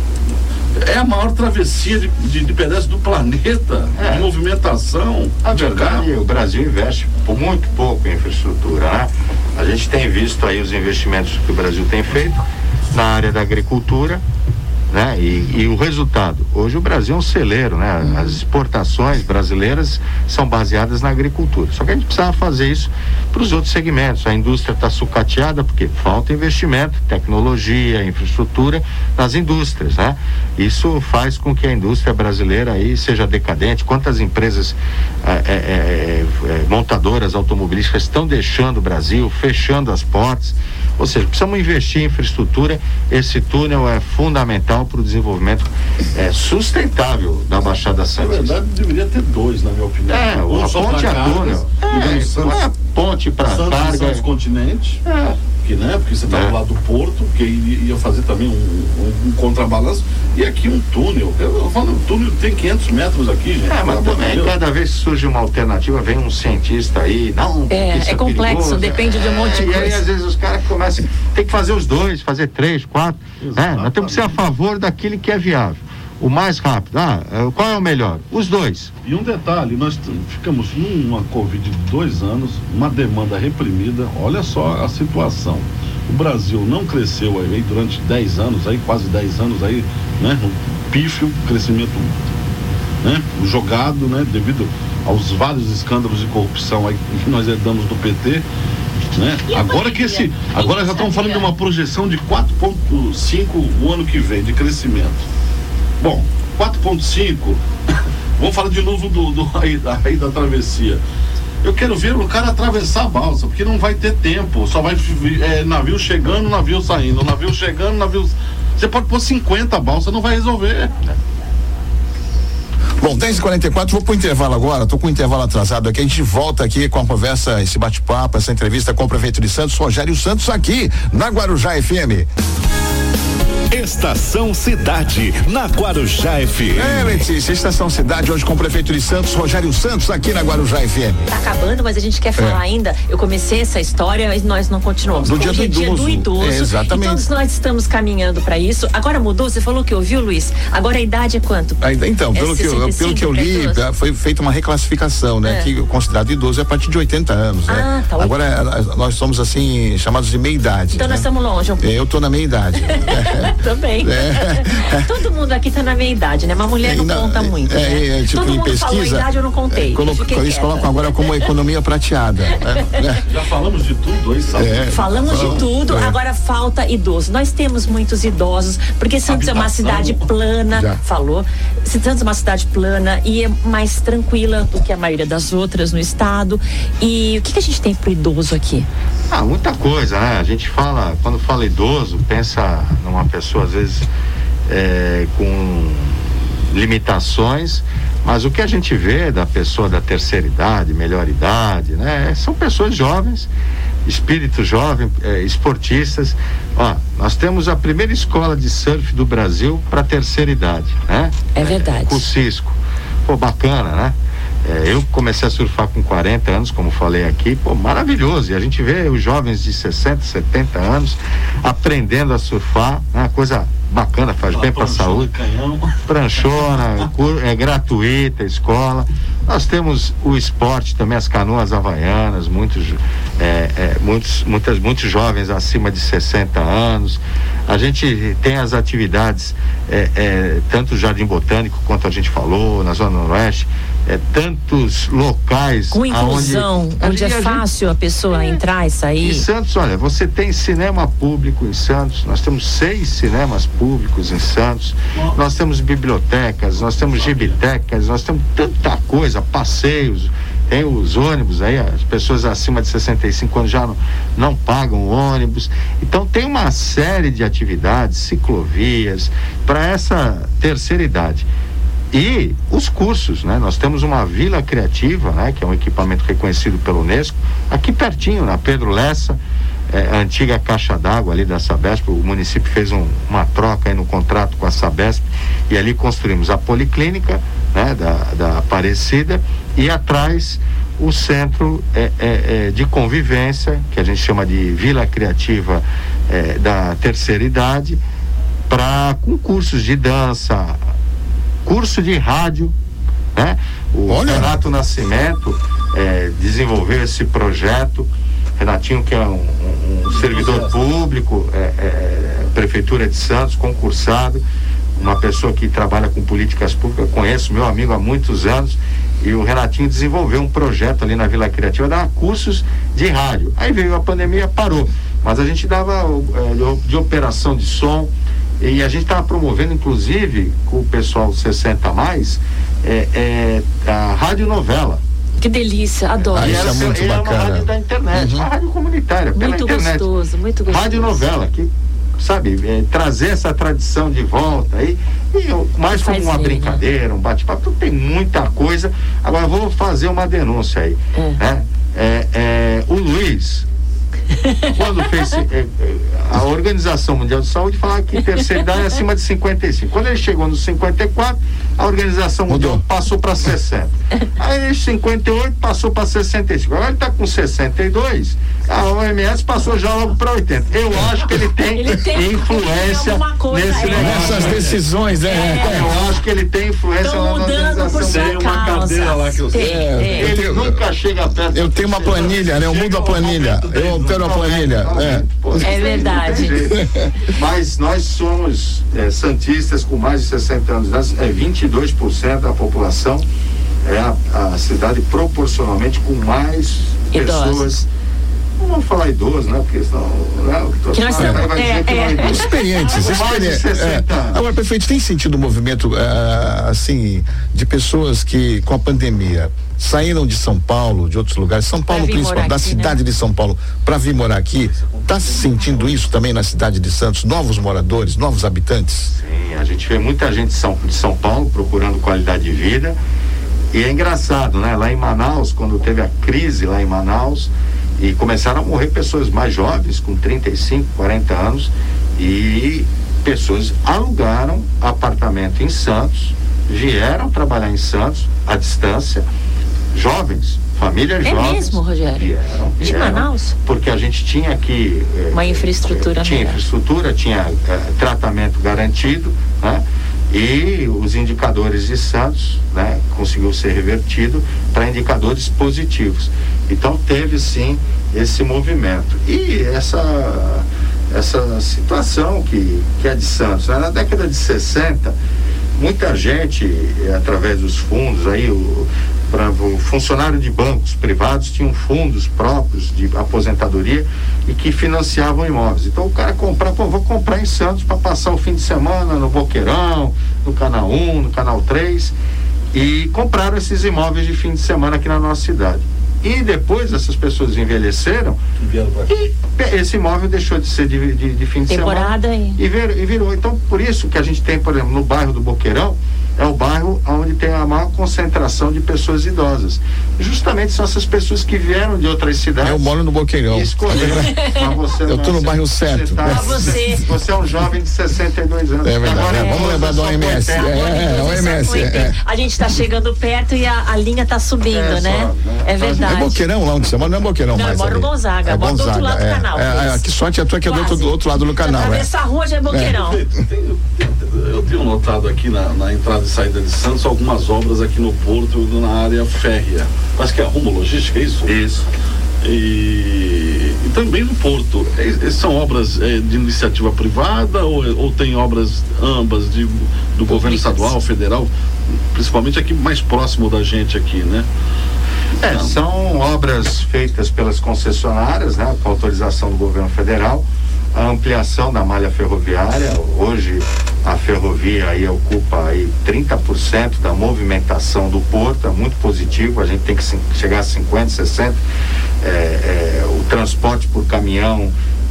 É a maior travessia de, de, de pedestre do planeta, é. de movimentação. A verdade, o Brasil investe por muito pouco em infraestrutura, né? A gente tem visto aí os investimentos que o Brasil tem feito na área da agricultura, né? E, e o resultado, hoje o Brasil é um celeiro, né? Uhum. As exportações brasileiras são baseadas na agricultura, só que a gente precisava fazer isso para os outros segmentos. A indústria está sucateada porque falta investimento, tecnologia, infraestrutura nas indústrias, né? Isso faz com que a indústria brasileira aí seja decadente. Quantas empresas é, é, é, é, montadoras automobilísticas estão deixando o Brasil, fechando as portas? Ou seja, precisamos investir em infraestrutura. Esse túnel é fundamental para o desenvolvimento é, sustentável da Baixada Santista. Na verdade, deveria ter dois, na minha opinião. É, um a ponte a túnel. É, Santos, é a ponte para carga. Santos Continente. É. Que, né? Porque você está é. do lado do porto, que ia fazer também um, um, um contrabalanço, e aqui um túnel. Eu, eu falo, o túnel tem quinhentos metros aqui, gente. É, mas também, cada vez que surge uma alternativa, vem um cientista aí, não. É, é, é complexo, perigoso, depende é, de um monte de coisa. E aí, às vezes, os caras começam, tem que fazer os dois, fazer três, quatro. Né? Nós temos que ser a favor daquilo que é viável. O mais rápido, ah, qual é o melhor? Os dois. E um detalhe, nós ficamos numa Covid de dois anos, uma demanda reprimida, olha só a situação. O Brasil não cresceu aí durante dez anos, aí, quase dez anos aí, né? Um pífio, crescimento, né? Jogado, né? Devido aos vários escândalos de corrupção aí que nós herdamos do P T. Né? Agora que esse, agora já estão falando de uma projeção de quatro vírgula cinco o ano que vem de crescimento. Bom, quatro vírgula cinco, vamos falar de novo do, do aí, da, aí da travessia. Eu quero ver o cara atravessar a balsa, porque não vai ter tempo, só vai é, navio chegando, navio saindo, navio chegando, navio... Você pode pôr cinquenta balsas, não vai resolver. Bom, dez e quarenta e quatro, vou pro intervalo agora, tô com o intervalo atrasado aqui, a gente volta aqui com a conversa, esse bate-papo, essa entrevista com o prefeito de Santos, Rogério Santos, aqui na Guarujá F M. Estação Cidade, na Guarujá F M. É, Letícia, Estação Cidade, hoje com o prefeito de Santos, Rogério Santos, aqui na Guarujá F M. Tá acabando, mas a gente quer falar é. ainda. Eu comecei essa história, mas nós não continuamos. Do dia do idoso. Dia do idoso. É, exatamente. E todos nós estamos caminhando para isso. Agora mudou, você falou que ouviu, Luiz? Agora a idade é quanto? A, então, pelo, é que eu, pelo que eu li, foi feita uma reclassificação, né? É. Que considerado idoso é a partir de oitenta anos, né? Ah, tá. Agora nós somos assim, chamados de meia idade. Então né? nós estamos longe. Um... Eu tô na meia idade. Também. É. Todo mundo aqui tá na meia idade, né? Mas mulher não, não conta muito. É, né? é, tipo, todo em mundo pesquisa, falou a idade, eu não contei. É, colo, eles colocam agora como economia prateada. Né? Já falamos de tudo aí, sabe? É, falamos falamos de tudo, é. Agora falta idoso. Nós temos muitos idosos, porque Santos Habitação. é uma cidade plana, Já. falou. Santos é uma cidade plana e é mais tranquila do que a maioria das outras no estado. E o que, que a gente tem pro idoso aqui? Ah, muita coisa, né? A gente fala, quando fala idoso, pensa numa pessoa às vezes é, com limitações, mas o que a gente vê da pessoa da terceira idade, melhor idade, né? São pessoas jovens, espírito jovem, é, esportistas. Ó, nós temos a primeira escola de surf do Brasil para terceira idade, né? É verdade. Com o Cisco. Pô, bacana, né? É, eu comecei a surfar com quarenta anos, como falei aqui, pô, maravilhoso. E a gente vê os jovens de sessenta, setenta anos aprendendo a surfar, né? Uma coisa bacana, faz bem para a saúde. Canhão. Pranchona, é gratuita, escola. Nós temos o esporte também, as canoas havaianas, muitos, é, é, muitos, muitas, muitos jovens acima de sessenta anos. A gente tem as atividades, é, é, tanto o Jardim Botânico, quanto a gente falou, na Zona Noroeste, é, tantos locais. Com inclusão, aonde, onde é fácil a pessoa é, entrar e sair. Em Santos, olha, você tem cinema público em Santos, nós temos seis cinemas públicos em Santos, nós temos bibliotecas, nós temos gibitecas, nós temos tanta coisa, passeios, tem os ônibus aí, as pessoas acima de sessenta e cinco anos já não, não pagam ônibus. Então tem uma série de atividades, ciclovias, para essa terceira idade. E os cursos, né? Nós temos uma Vila Criativa, né? Que é um equipamento reconhecido pela Unesco, aqui pertinho, na Pedro Lessa, é, a antiga caixa d'água ali da Sabesp. O município fez um, uma troca aí no contrato com a Sabesp, e ali construímos a Policlínica, né? Da, da Aparecida, e atrás o centro é, é, é, de convivência, que a gente chama de Vila Criativa é, da terceira idade, para concursos de dança, curso de rádio, né? O Olha. Renato Nascimento é, desenvolveu esse projeto. Renatinho, que é um, um, um servidor público, é, é, Prefeitura de Santos, concursado, uma pessoa que trabalha com políticas públicas, conheço, meu amigo há muitos anos, e o Renatinho desenvolveu um projeto ali na Vila Criativa, dava cursos de rádio. Aí veio a pandemia, parou, mas a gente dava é, de operação de som, e a gente estava promovendo, inclusive, com o pessoal sessenta a mais, é, é, a radionovela. Que delícia, adoro. Ah, isso é muito é bacana. uma rádio da internet, uhum. uma rádio comunitária, pela muito internet. Gostoso, muito gostoso. Radionovela, que, sabe, é, trazer essa tradição de volta aí, e eu, mais como uma bem, brincadeira, né? Um bate-papo, tem muita coisa. Agora eu vou fazer uma denúncia aí, é. Né? É, é, o Luiz, quando fez é, a Organização Mundial de Saúde, falava que terceira idade é acima de cinquenta e cinco. Quando ele chegou nos cinquenta e quatro, a Organização Mundial Mudou. passou para sessenta. Aí ele cinquenta e oito passou para sessenta e cinco. Agora ele está com sessenta e dois, a O M S passou já logo para oitenta. Eu acho que ele tem, ele tem influência ele tem nesse é. negócio. Nessas decisões, é. é. Eu acho que ele tem influência na Organização. Tem uma cadeira lá que eu sei. É, ele tenho, nunca chega perto. Eu tenho uma planilha, né? Eu mudo a planilha. Eu altero a planilha. É, é verdade. Mas nós somos é, santistas com mais de sessenta anos, é vinte e dois por cento da população, é a, a cidade proporcionalmente com mais Idosos. pessoas. Não vamos falar idosos, né? Porque senão, né? Que nós estamos, vai é, dizer que é, não é experientes, experientes. É. Agora, prefeito, tem sentido o movimento uh, assim de pessoas que com a pandemia saíram de São Paulo, de outros lugares, São Paulo principalmente, da aqui, cidade, né? De São Paulo, para vir morar aqui? Está se sentindo isso também na cidade de Santos? Novos moradores, novos habitantes? Sim, a gente vê muita gente de São, de São Paulo procurando qualidade de vida, e é engraçado, né? Lá em Manaus, quando teve a crise lá em Manaus, e começaram a morrer pessoas mais jovens, com trinta e cinco, quarenta anos, e pessoas alugaram apartamento em Santos, vieram trabalhar em Santos, à distância, jovens, famílias é jovens. É mesmo, Rogério? Vieram, de vieram, Manaus? Porque a gente tinha aqui... Uma eh, infraestrutura Tinha melhor. infraestrutura, tinha eh, tratamento garantido, né? E os indicadores de Santos, né, conseguiu ser revertido para indicadores positivos. Então teve sim esse movimento e essa essa situação que, que é de Santos, né? Na década de sessenta, muita gente, através dos fundos aí, o, pra, o funcionário de bancos privados tinham fundos próprios de aposentadoria e que financiavam imóveis. Então o cara comprava, pô, vou comprar em Santos para passar o fim de semana no Boqueirão, no Canal um, no Canal três, e compraram esses imóveis de fim de semana aqui na nossa cidade. E depois essas pessoas envelheceram e esse imóvel deixou de ser de, de, de fim de Temporada semana e, vir, e virou. Então por isso que a gente tem, por exemplo, no bairro do Boqueirão, é o bairro onde tem a maior concentração de pessoas idosas. Justamente são essas pessoas que vieram de outras cidades. Eu moro no Boqueirão. Mas você eu estou no bairro certo. Você, tá, você. você é um jovem de sessenta e dois anos. É verdade. Agora, é, vamos lembrar do O M S. É, é, O M S. É. A gente está chegando perto e a, a linha está subindo, é, né? Só, né? É verdade. É Boqueirão lá onde você mora? Não é Boqueirão não, mais. Eu moro no Gonzaga. É moro do outro lado é, do canal. É, é, que sorte a tua que é do outro, do outro lado do canal. Atravessa a rua já é Boqueirão. É. Eu tenho notado aqui na, na entrada e saída de Santos algumas obras aqui no porto, na área férrea. Acho que é a Rumo Logística, é isso? Isso. E, e também no Porto. E, são obras é, de iniciativa privada ou, ou tem obras ambas de, do governo estadual, federal, principalmente aqui mais próximo da gente aqui, né? É, Não. São obras feitas pelas concessionárias, né, com autorização do governo federal. A ampliação da malha ferroviária, hoje a ferrovia aí ocupa aí trinta por cento da movimentação do porto, é muito positivo, a gente tem que chegar a cinquenta, sessenta. É, é, o transporte por caminhão,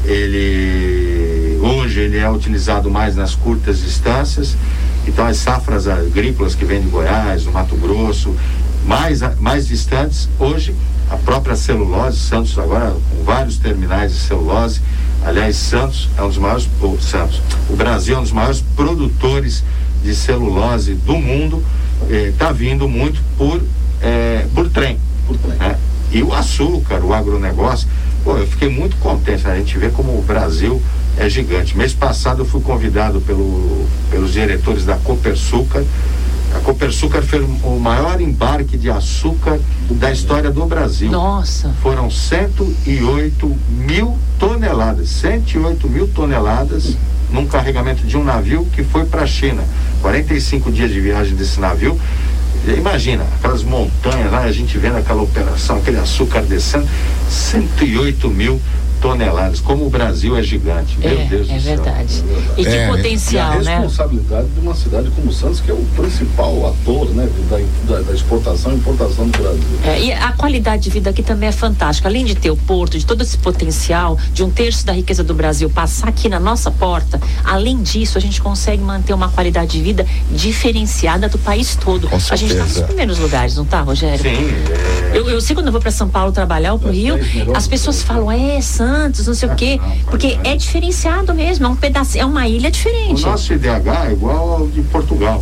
ele hoje ele é utilizado mais nas curtas distâncias, então as safras agrícolas que vêm de Goiás, do Mato Grosso, mais, mais distantes, hoje a própria celulose, Santos agora com vários terminais de celulose. Aliás, Santos é um dos maiores, oh, Santos, o Brasil é um dos maiores produtores de celulose do mundo, está eh, vindo muito por, eh, por trem. Por trem. Né? E o açúcar, o agronegócio, pô, eu fiquei muito contente, né? A gente vê como o Brasil é gigante. Mês passado eu fui convidado pelo, pelos diretores da Copersucar. A Copersucar fez o maior embarque de açúcar da história do Brasil. Nossa! Foram cento e oito mil toneladas, cento e oito mil toneladas num carregamento de um navio que foi para a China. quarenta e cinco dias de viagem desse navio. Imagina, aquelas montanhas lá, a gente vendo aquela operação, aquele açúcar descendo, cento e oito mil toneladas. Como o Brasil é gigante, meu é, Deus é do verdade. céu. E que é, potencial, né? A responsabilidade de uma cidade como Santos, que é o principal ator, né, da, da, da exportação e importação do Brasil. É, e a qualidade de vida aqui também é fantástica. Além de ter o porto, de todo esse potencial, de um terço da riqueza do Brasil passar aqui na nossa porta, além disso, a gente consegue manter uma qualidade de vida diferenciada do país todo. Com a gente está nos primeiros lugares, não tá, Rogério? Sim. É... Eu, eu sei quando eu vou para São Paulo trabalhar ou pro Rio, as pessoas falam, é, Santos, não sei o quê, porque é diferenciado mesmo, é um pedaço, é uma ilha diferente. O nosso I D H é igual ao de Portugal,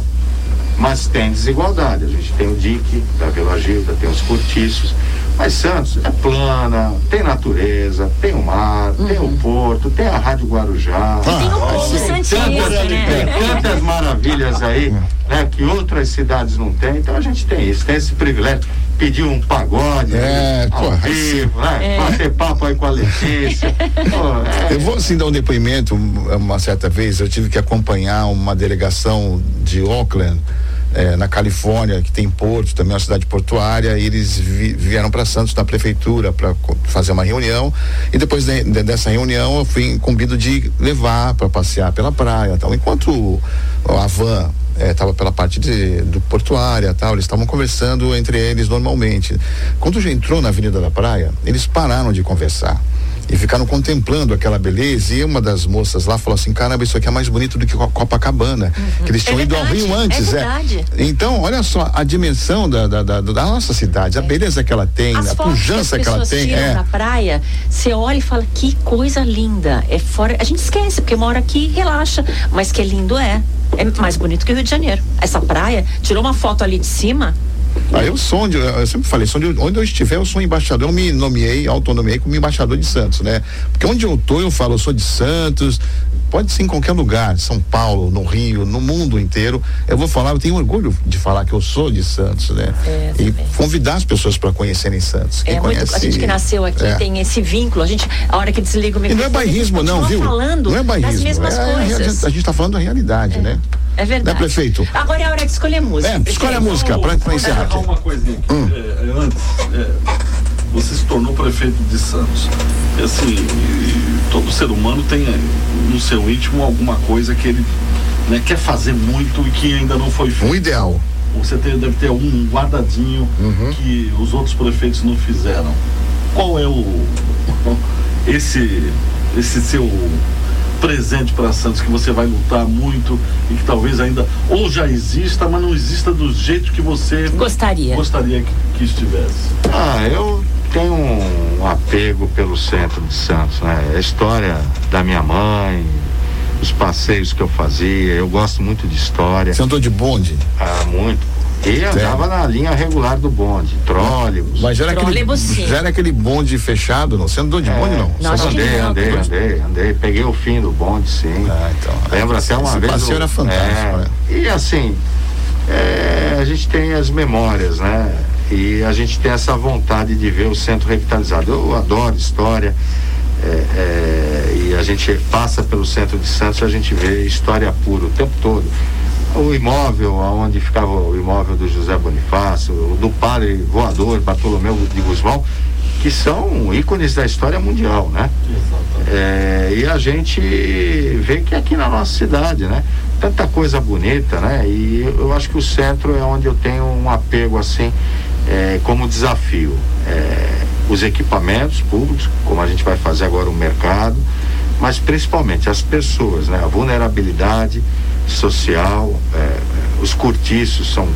mas tem desigualdade. A gente tem o dique da Vila Gilda, tem os cortiços, mas Santos é plana, tem natureza, tem o mar, uhum. tem o porto, tem a Rádio Guarujá. E tem o povo santista, né? Tem tantas maravilhas aí, né, que outras cidades não têm, então a gente tem isso, tem esse privilégio. Pedir um pagode é, ao porra, vivo, né? É. Bater papo aí com a Letícia. Pô, é. Eu vou assim dar um depoimento. Uma certa vez eu tive que acompanhar uma delegação de Oakland, é, na Califórnia, que tem porto, também é uma cidade portuária, e eles vi, vieram para Santos, na prefeitura, para fazer uma reunião, e depois de, de, dessa reunião eu fui incumbido de levar para passear pela praia, tal. Enquanto a van estava é, pela parte de, do portuária, tal, eles estavam conversando entre eles normalmente. Quando já entrou na Avenida da Praia, eles pararam de conversar e ficaram contemplando aquela beleza, e uma das moças lá falou assim, caramba, isso aqui é mais bonito do que Copacabana, uhum. que eles tinham é ido ao Rio antes, é verdade. é. Então, olha só a dimensão da, da, da, da nossa cidade, é. a beleza que ela tem, as a pujança que, que ela tem. É. Na praia, você olha e fala, que coisa linda, é fora, a gente esquece, porque mora aqui e relaxa, mas que lindo é. É mais bonito que o Rio de Janeiro. Essa praia, tirou uma foto ali de cima. Ah, eu sou onde, eu sempre falei, sou onde, onde eu estiver, eu sou embaixador. Eu me nomeei, autonomeei como embaixador de Santos, né? Porque onde eu tô, eu falo, eu sou de Santos, pode ser em qualquer lugar, São Paulo, no Rio, no mundo inteiro. Eu vou falar, eu tenho orgulho de falar que eu sou de Santos, né? É, e também. Convidar as pessoas para conhecerem Santos. Quem é conhece, muito, a gente que nasceu aqui é. tem esse vínculo, a gente, a hora que desliga o microfone, e não é bairrismo, não, viu? Falando não é bairrismo, das mesmas é, coisas. A gente está falando da realidade, é. né? É verdade. Né, prefeito? Agora é a hora de escolher música. É, escolhe a música para encerrar aqui. Uma coisinha aqui. Hum. É, antes, é, você se tornou prefeito de Santos. E, assim, todo ser humano tem no seu íntimo alguma coisa que ele, né, quer fazer muito e que ainda não foi feito. Um ideal. Você tem, deve ter um guardadinho uhum. que os outros prefeitos não fizeram. Qual é o esse esse seu presente para Santos que você vai lutar muito e que talvez ainda ou já exista, mas não exista do jeito que você gostaria gostaria que, que estivesse? Ah, eu tenho um, um apego pelo centro de Santos, né? A história da minha mãe, os passeios que eu fazia, eu gosto muito de história. Você andou de bonde? Ah, muito. E andava na linha regular do bonde, trólebus. Mas já era, trólebus, aquele, já era aquele bonde fechado, não? Você andou de é, bonde, não? não Você andei, não, andei, andei, andei. Peguei o fim do bonde, sim. Ah, então. Lembro até uma esse vez. Esse passeio era fantástico, é, né? E assim, é, a gente tem as memórias, né? E a gente tem essa vontade de ver o centro revitalizado. Eu adoro história, é, é, e a gente passa pelo centro de Santos e a gente vê história pura o tempo todo. O imóvel, onde ficava o imóvel do José Bonifácio, o do padre voador Bartolomeu de Guzmão, que são ícones da história mundial, né? É, e a gente vê que aqui na nossa cidade, né? Tanta coisa bonita, né? E eu acho que o centro é onde eu tenho um apego assim, é, como desafio. É, os equipamentos públicos, como a gente vai fazer agora o mercado, mas principalmente as pessoas, né? A vulnerabilidade social, é, os cortiços são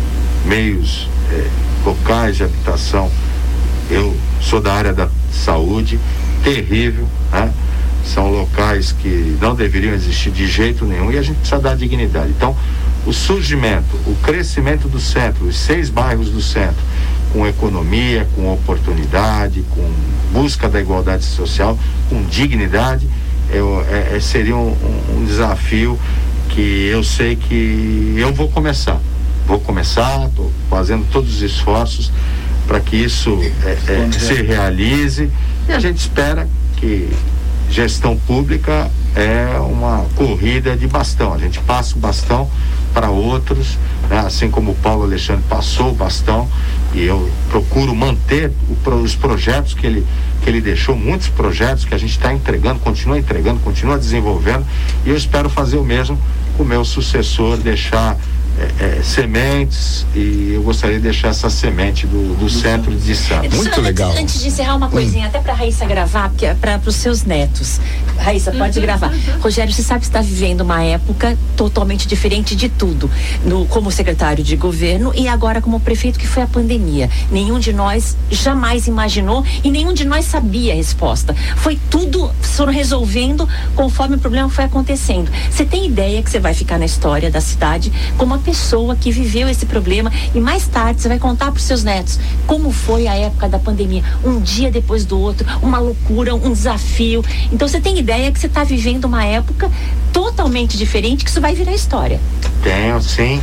meios, é, locais de habitação. Eu sou da área da saúde, terrível, né? São locais que não deveriam existir de jeito nenhum e a gente precisa dar dignidade. Então, o surgimento, o crescimento do centro, os seis bairros do centro, com economia, com oportunidade, com busca da igualdade social, com dignidade, eu, é, é, seria um, um desafio que eu sei que eu vou começar. Vou começar, estou fazendo todos os esforços para que isso é, é, se realize, e a gente espera que gestão pública é uma corrida de bastão. A gente passa o bastão para outros, né? Assim como o Paulo Alexandre passou o bastão, e eu procuro manter o, os projetos que ele, que ele deixou, muitos projetos que a gente está entregando, continua entregando, continua desenvolvendo, e eu espero fazer o mesmo com o meu sucessor, deixar É, é, sementes, e eu gostaria de deixar essa semente do, do centro de Santos. Muito antes, legal. Antes de encerrar, uma coisinha, hum. até para a Raíssa gravar, porque é para os seus netos. Raíssa, pode uhum, gravar. Uhum. Rogério, você sabe que está vivendo uma época totalmente diferente de tudo, no, como secretário de governo e agora como prefeito, que foi a pandemia. Nenhum de nós jamais imaginou e nenhum de nós sabia a resposta. Foi tudo, foram resolvendo conforme o problema foi acontecendo. Você tem ideia que você vai ficar na história da cidade como uma pessoa que viveu esse problema, e mais tarde você vai contar para os seus netos como foi a época da pandemia, um dia depois do outro, uma loucura, um desafio. Então você tem ideia que você está vivendo uma época totalmente diferente, que isso vai virar história. Tenho, sim,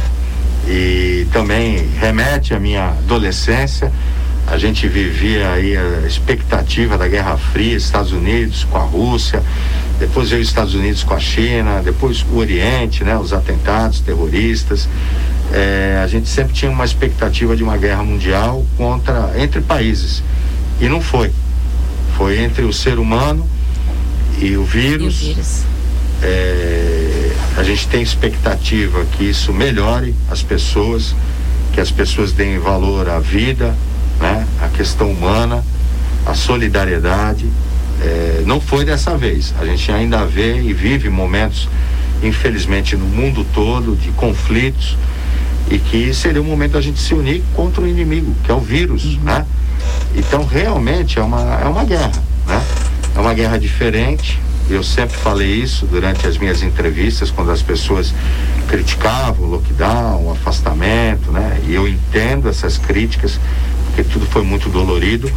e também remete à minha adolescência. A gente vivia aí a expectativa da Guerra Fria, Estados Unidos com a Rússia, depois veio os Estados Unidos com a China, depois o Oriente, né, os atentados terroristas. É, a gente sempre tinha uma expectativa de uma guerra mundial contra, entre países, e não foi. Foi entre o ser humano e o vírus. E o vírus. É, a gente tem expectativa que isso melhore as pessoas, que as pessoas deem valor à vida, né? A questão humana, a solidariedade. É, não foi dessa vez. A gente ainda vê e vive momentos, infelizmente, no mundo todo, de conflitos, e que seria o momento da gente se unir contra o inimigo, que é o vírus, uhum. né? Então, realmente é uma, é uma guerra, né? É uma guerra diferente. Eu sempre falei isso durante as minhas entrevistas, quando as pessoas criticavam o lockdown, o afastamento, né? E eu entendo essas críticas, porque tudo foi muito dolorido,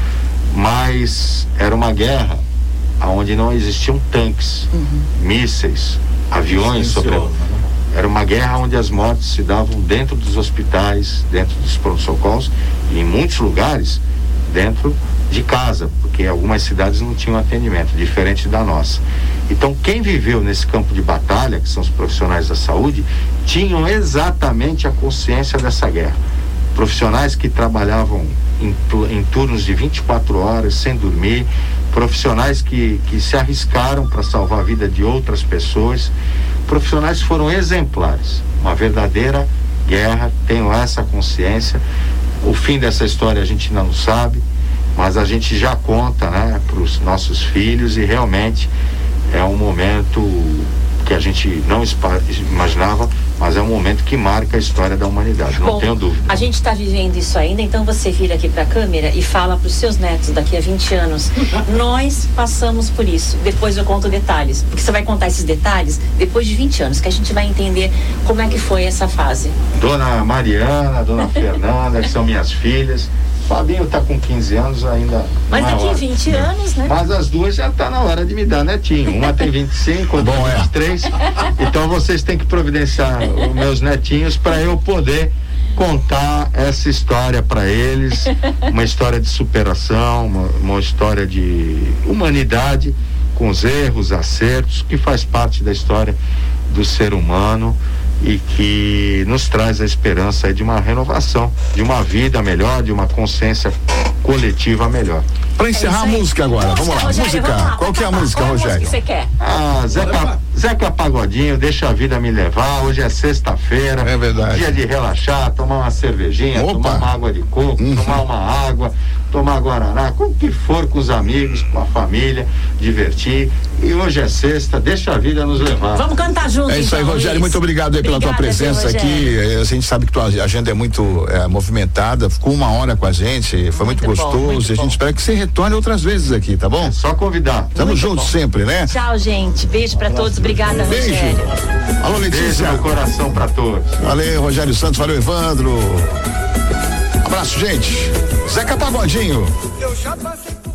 mas era uma guerra onde não existiam tanques, uhum. mísseis, aviões sobre... Era uma guerra onde as mortes se davam dentro dos hospitais, dentro dos pronto-socorros, e em muitos lugares dentro de casa, porque algumas cidades não tinham atendimento, diferente da nossa. Então, quem viveu nesse campo de batalha, que são os profissionais da saúde, tinham exatamente a consciência dessa guerra. Profissionais que trabalhavam em, em turnos de vinte e quatro horas, sem dormir, profissionais que, que se arriscaram para salvar a vida de outras pessoas, profissionais que foram exemplares. Uma verdadeira guerra, tenho essa consciência. O fim dessa história a gente ainda não sabe, mas a gente já conta, né, para os nossos filhos, e realmente é um momento que a gente não imaginava, mas é um momento que marca a história da humanidade, não Bom, tenho dúvida. A gente está vivendo isso ainda, então você vira aqui para a câmera e fala para os seus netos daqui a vinte anos, nós passamos por isso, depois eu conto detalhes, porque você vai contar esses detalhes depois de vinte anos, que a gente vai entender como é que foi essa fase. Dona Mariana, Dona Fernanda, que são minhas filhas, Fabinho está com quinze anos ainda. Mas daqui a vinte anos, né? Mas as duas já tá na hora de me dar netinho. Uma tem vinte e cinco, outra tem vinte e três. Então vocês têm que providenciar os meus netinhos para eu poder contar essa história para eles, uma história de superação, uma, uma história de humanidade, com os erros, acertos, que faz parte da história do ser humano e que nos traz a esperança aí de uma renovação, de uma vida melhor, de uma consciência coletiva melhor. Para encerrar é a música agora, vamos, vamos lá, Rogério, música, vamos lá, qual que é a música, qual Rogério? Música que você quer? Ah, Zeca, Zeca Pagodinho, Deixa a Vida Me Levar, hoje é sexta-feira, é verdade. Dia de relaxar, tomar uma cervejinha, Opa. tomar uma água de coco, uhum. tomar uma água, tomar guaraná, com o que for, com os amigos, com a família, divertir. E hoje é sexta, deixa a vida nos levar. Vamos cantar juntos. É isso então, aí, Rogério, Luiz. muito obrigado aí pela Obrigada, tua presença aqui. A gente sabe que tua agenda é muito é, movimentada, ficou uma hora com a gente, foi muito, muito gostoso. Bom, muito e a gente bom. espera que você retorne outras vezes aqui, tá bom? É só convidar. Tamo juntos sempre, né? Tchau, gente. Beijo pra todos. Obrigada, Beijo. Rogério. Alô, Letícia. Beijo no coração pra todos. Valeu, Rogério Santos. Valeu, Evandro. Abraço, gente. Zeca Pagodinho. Eu já passei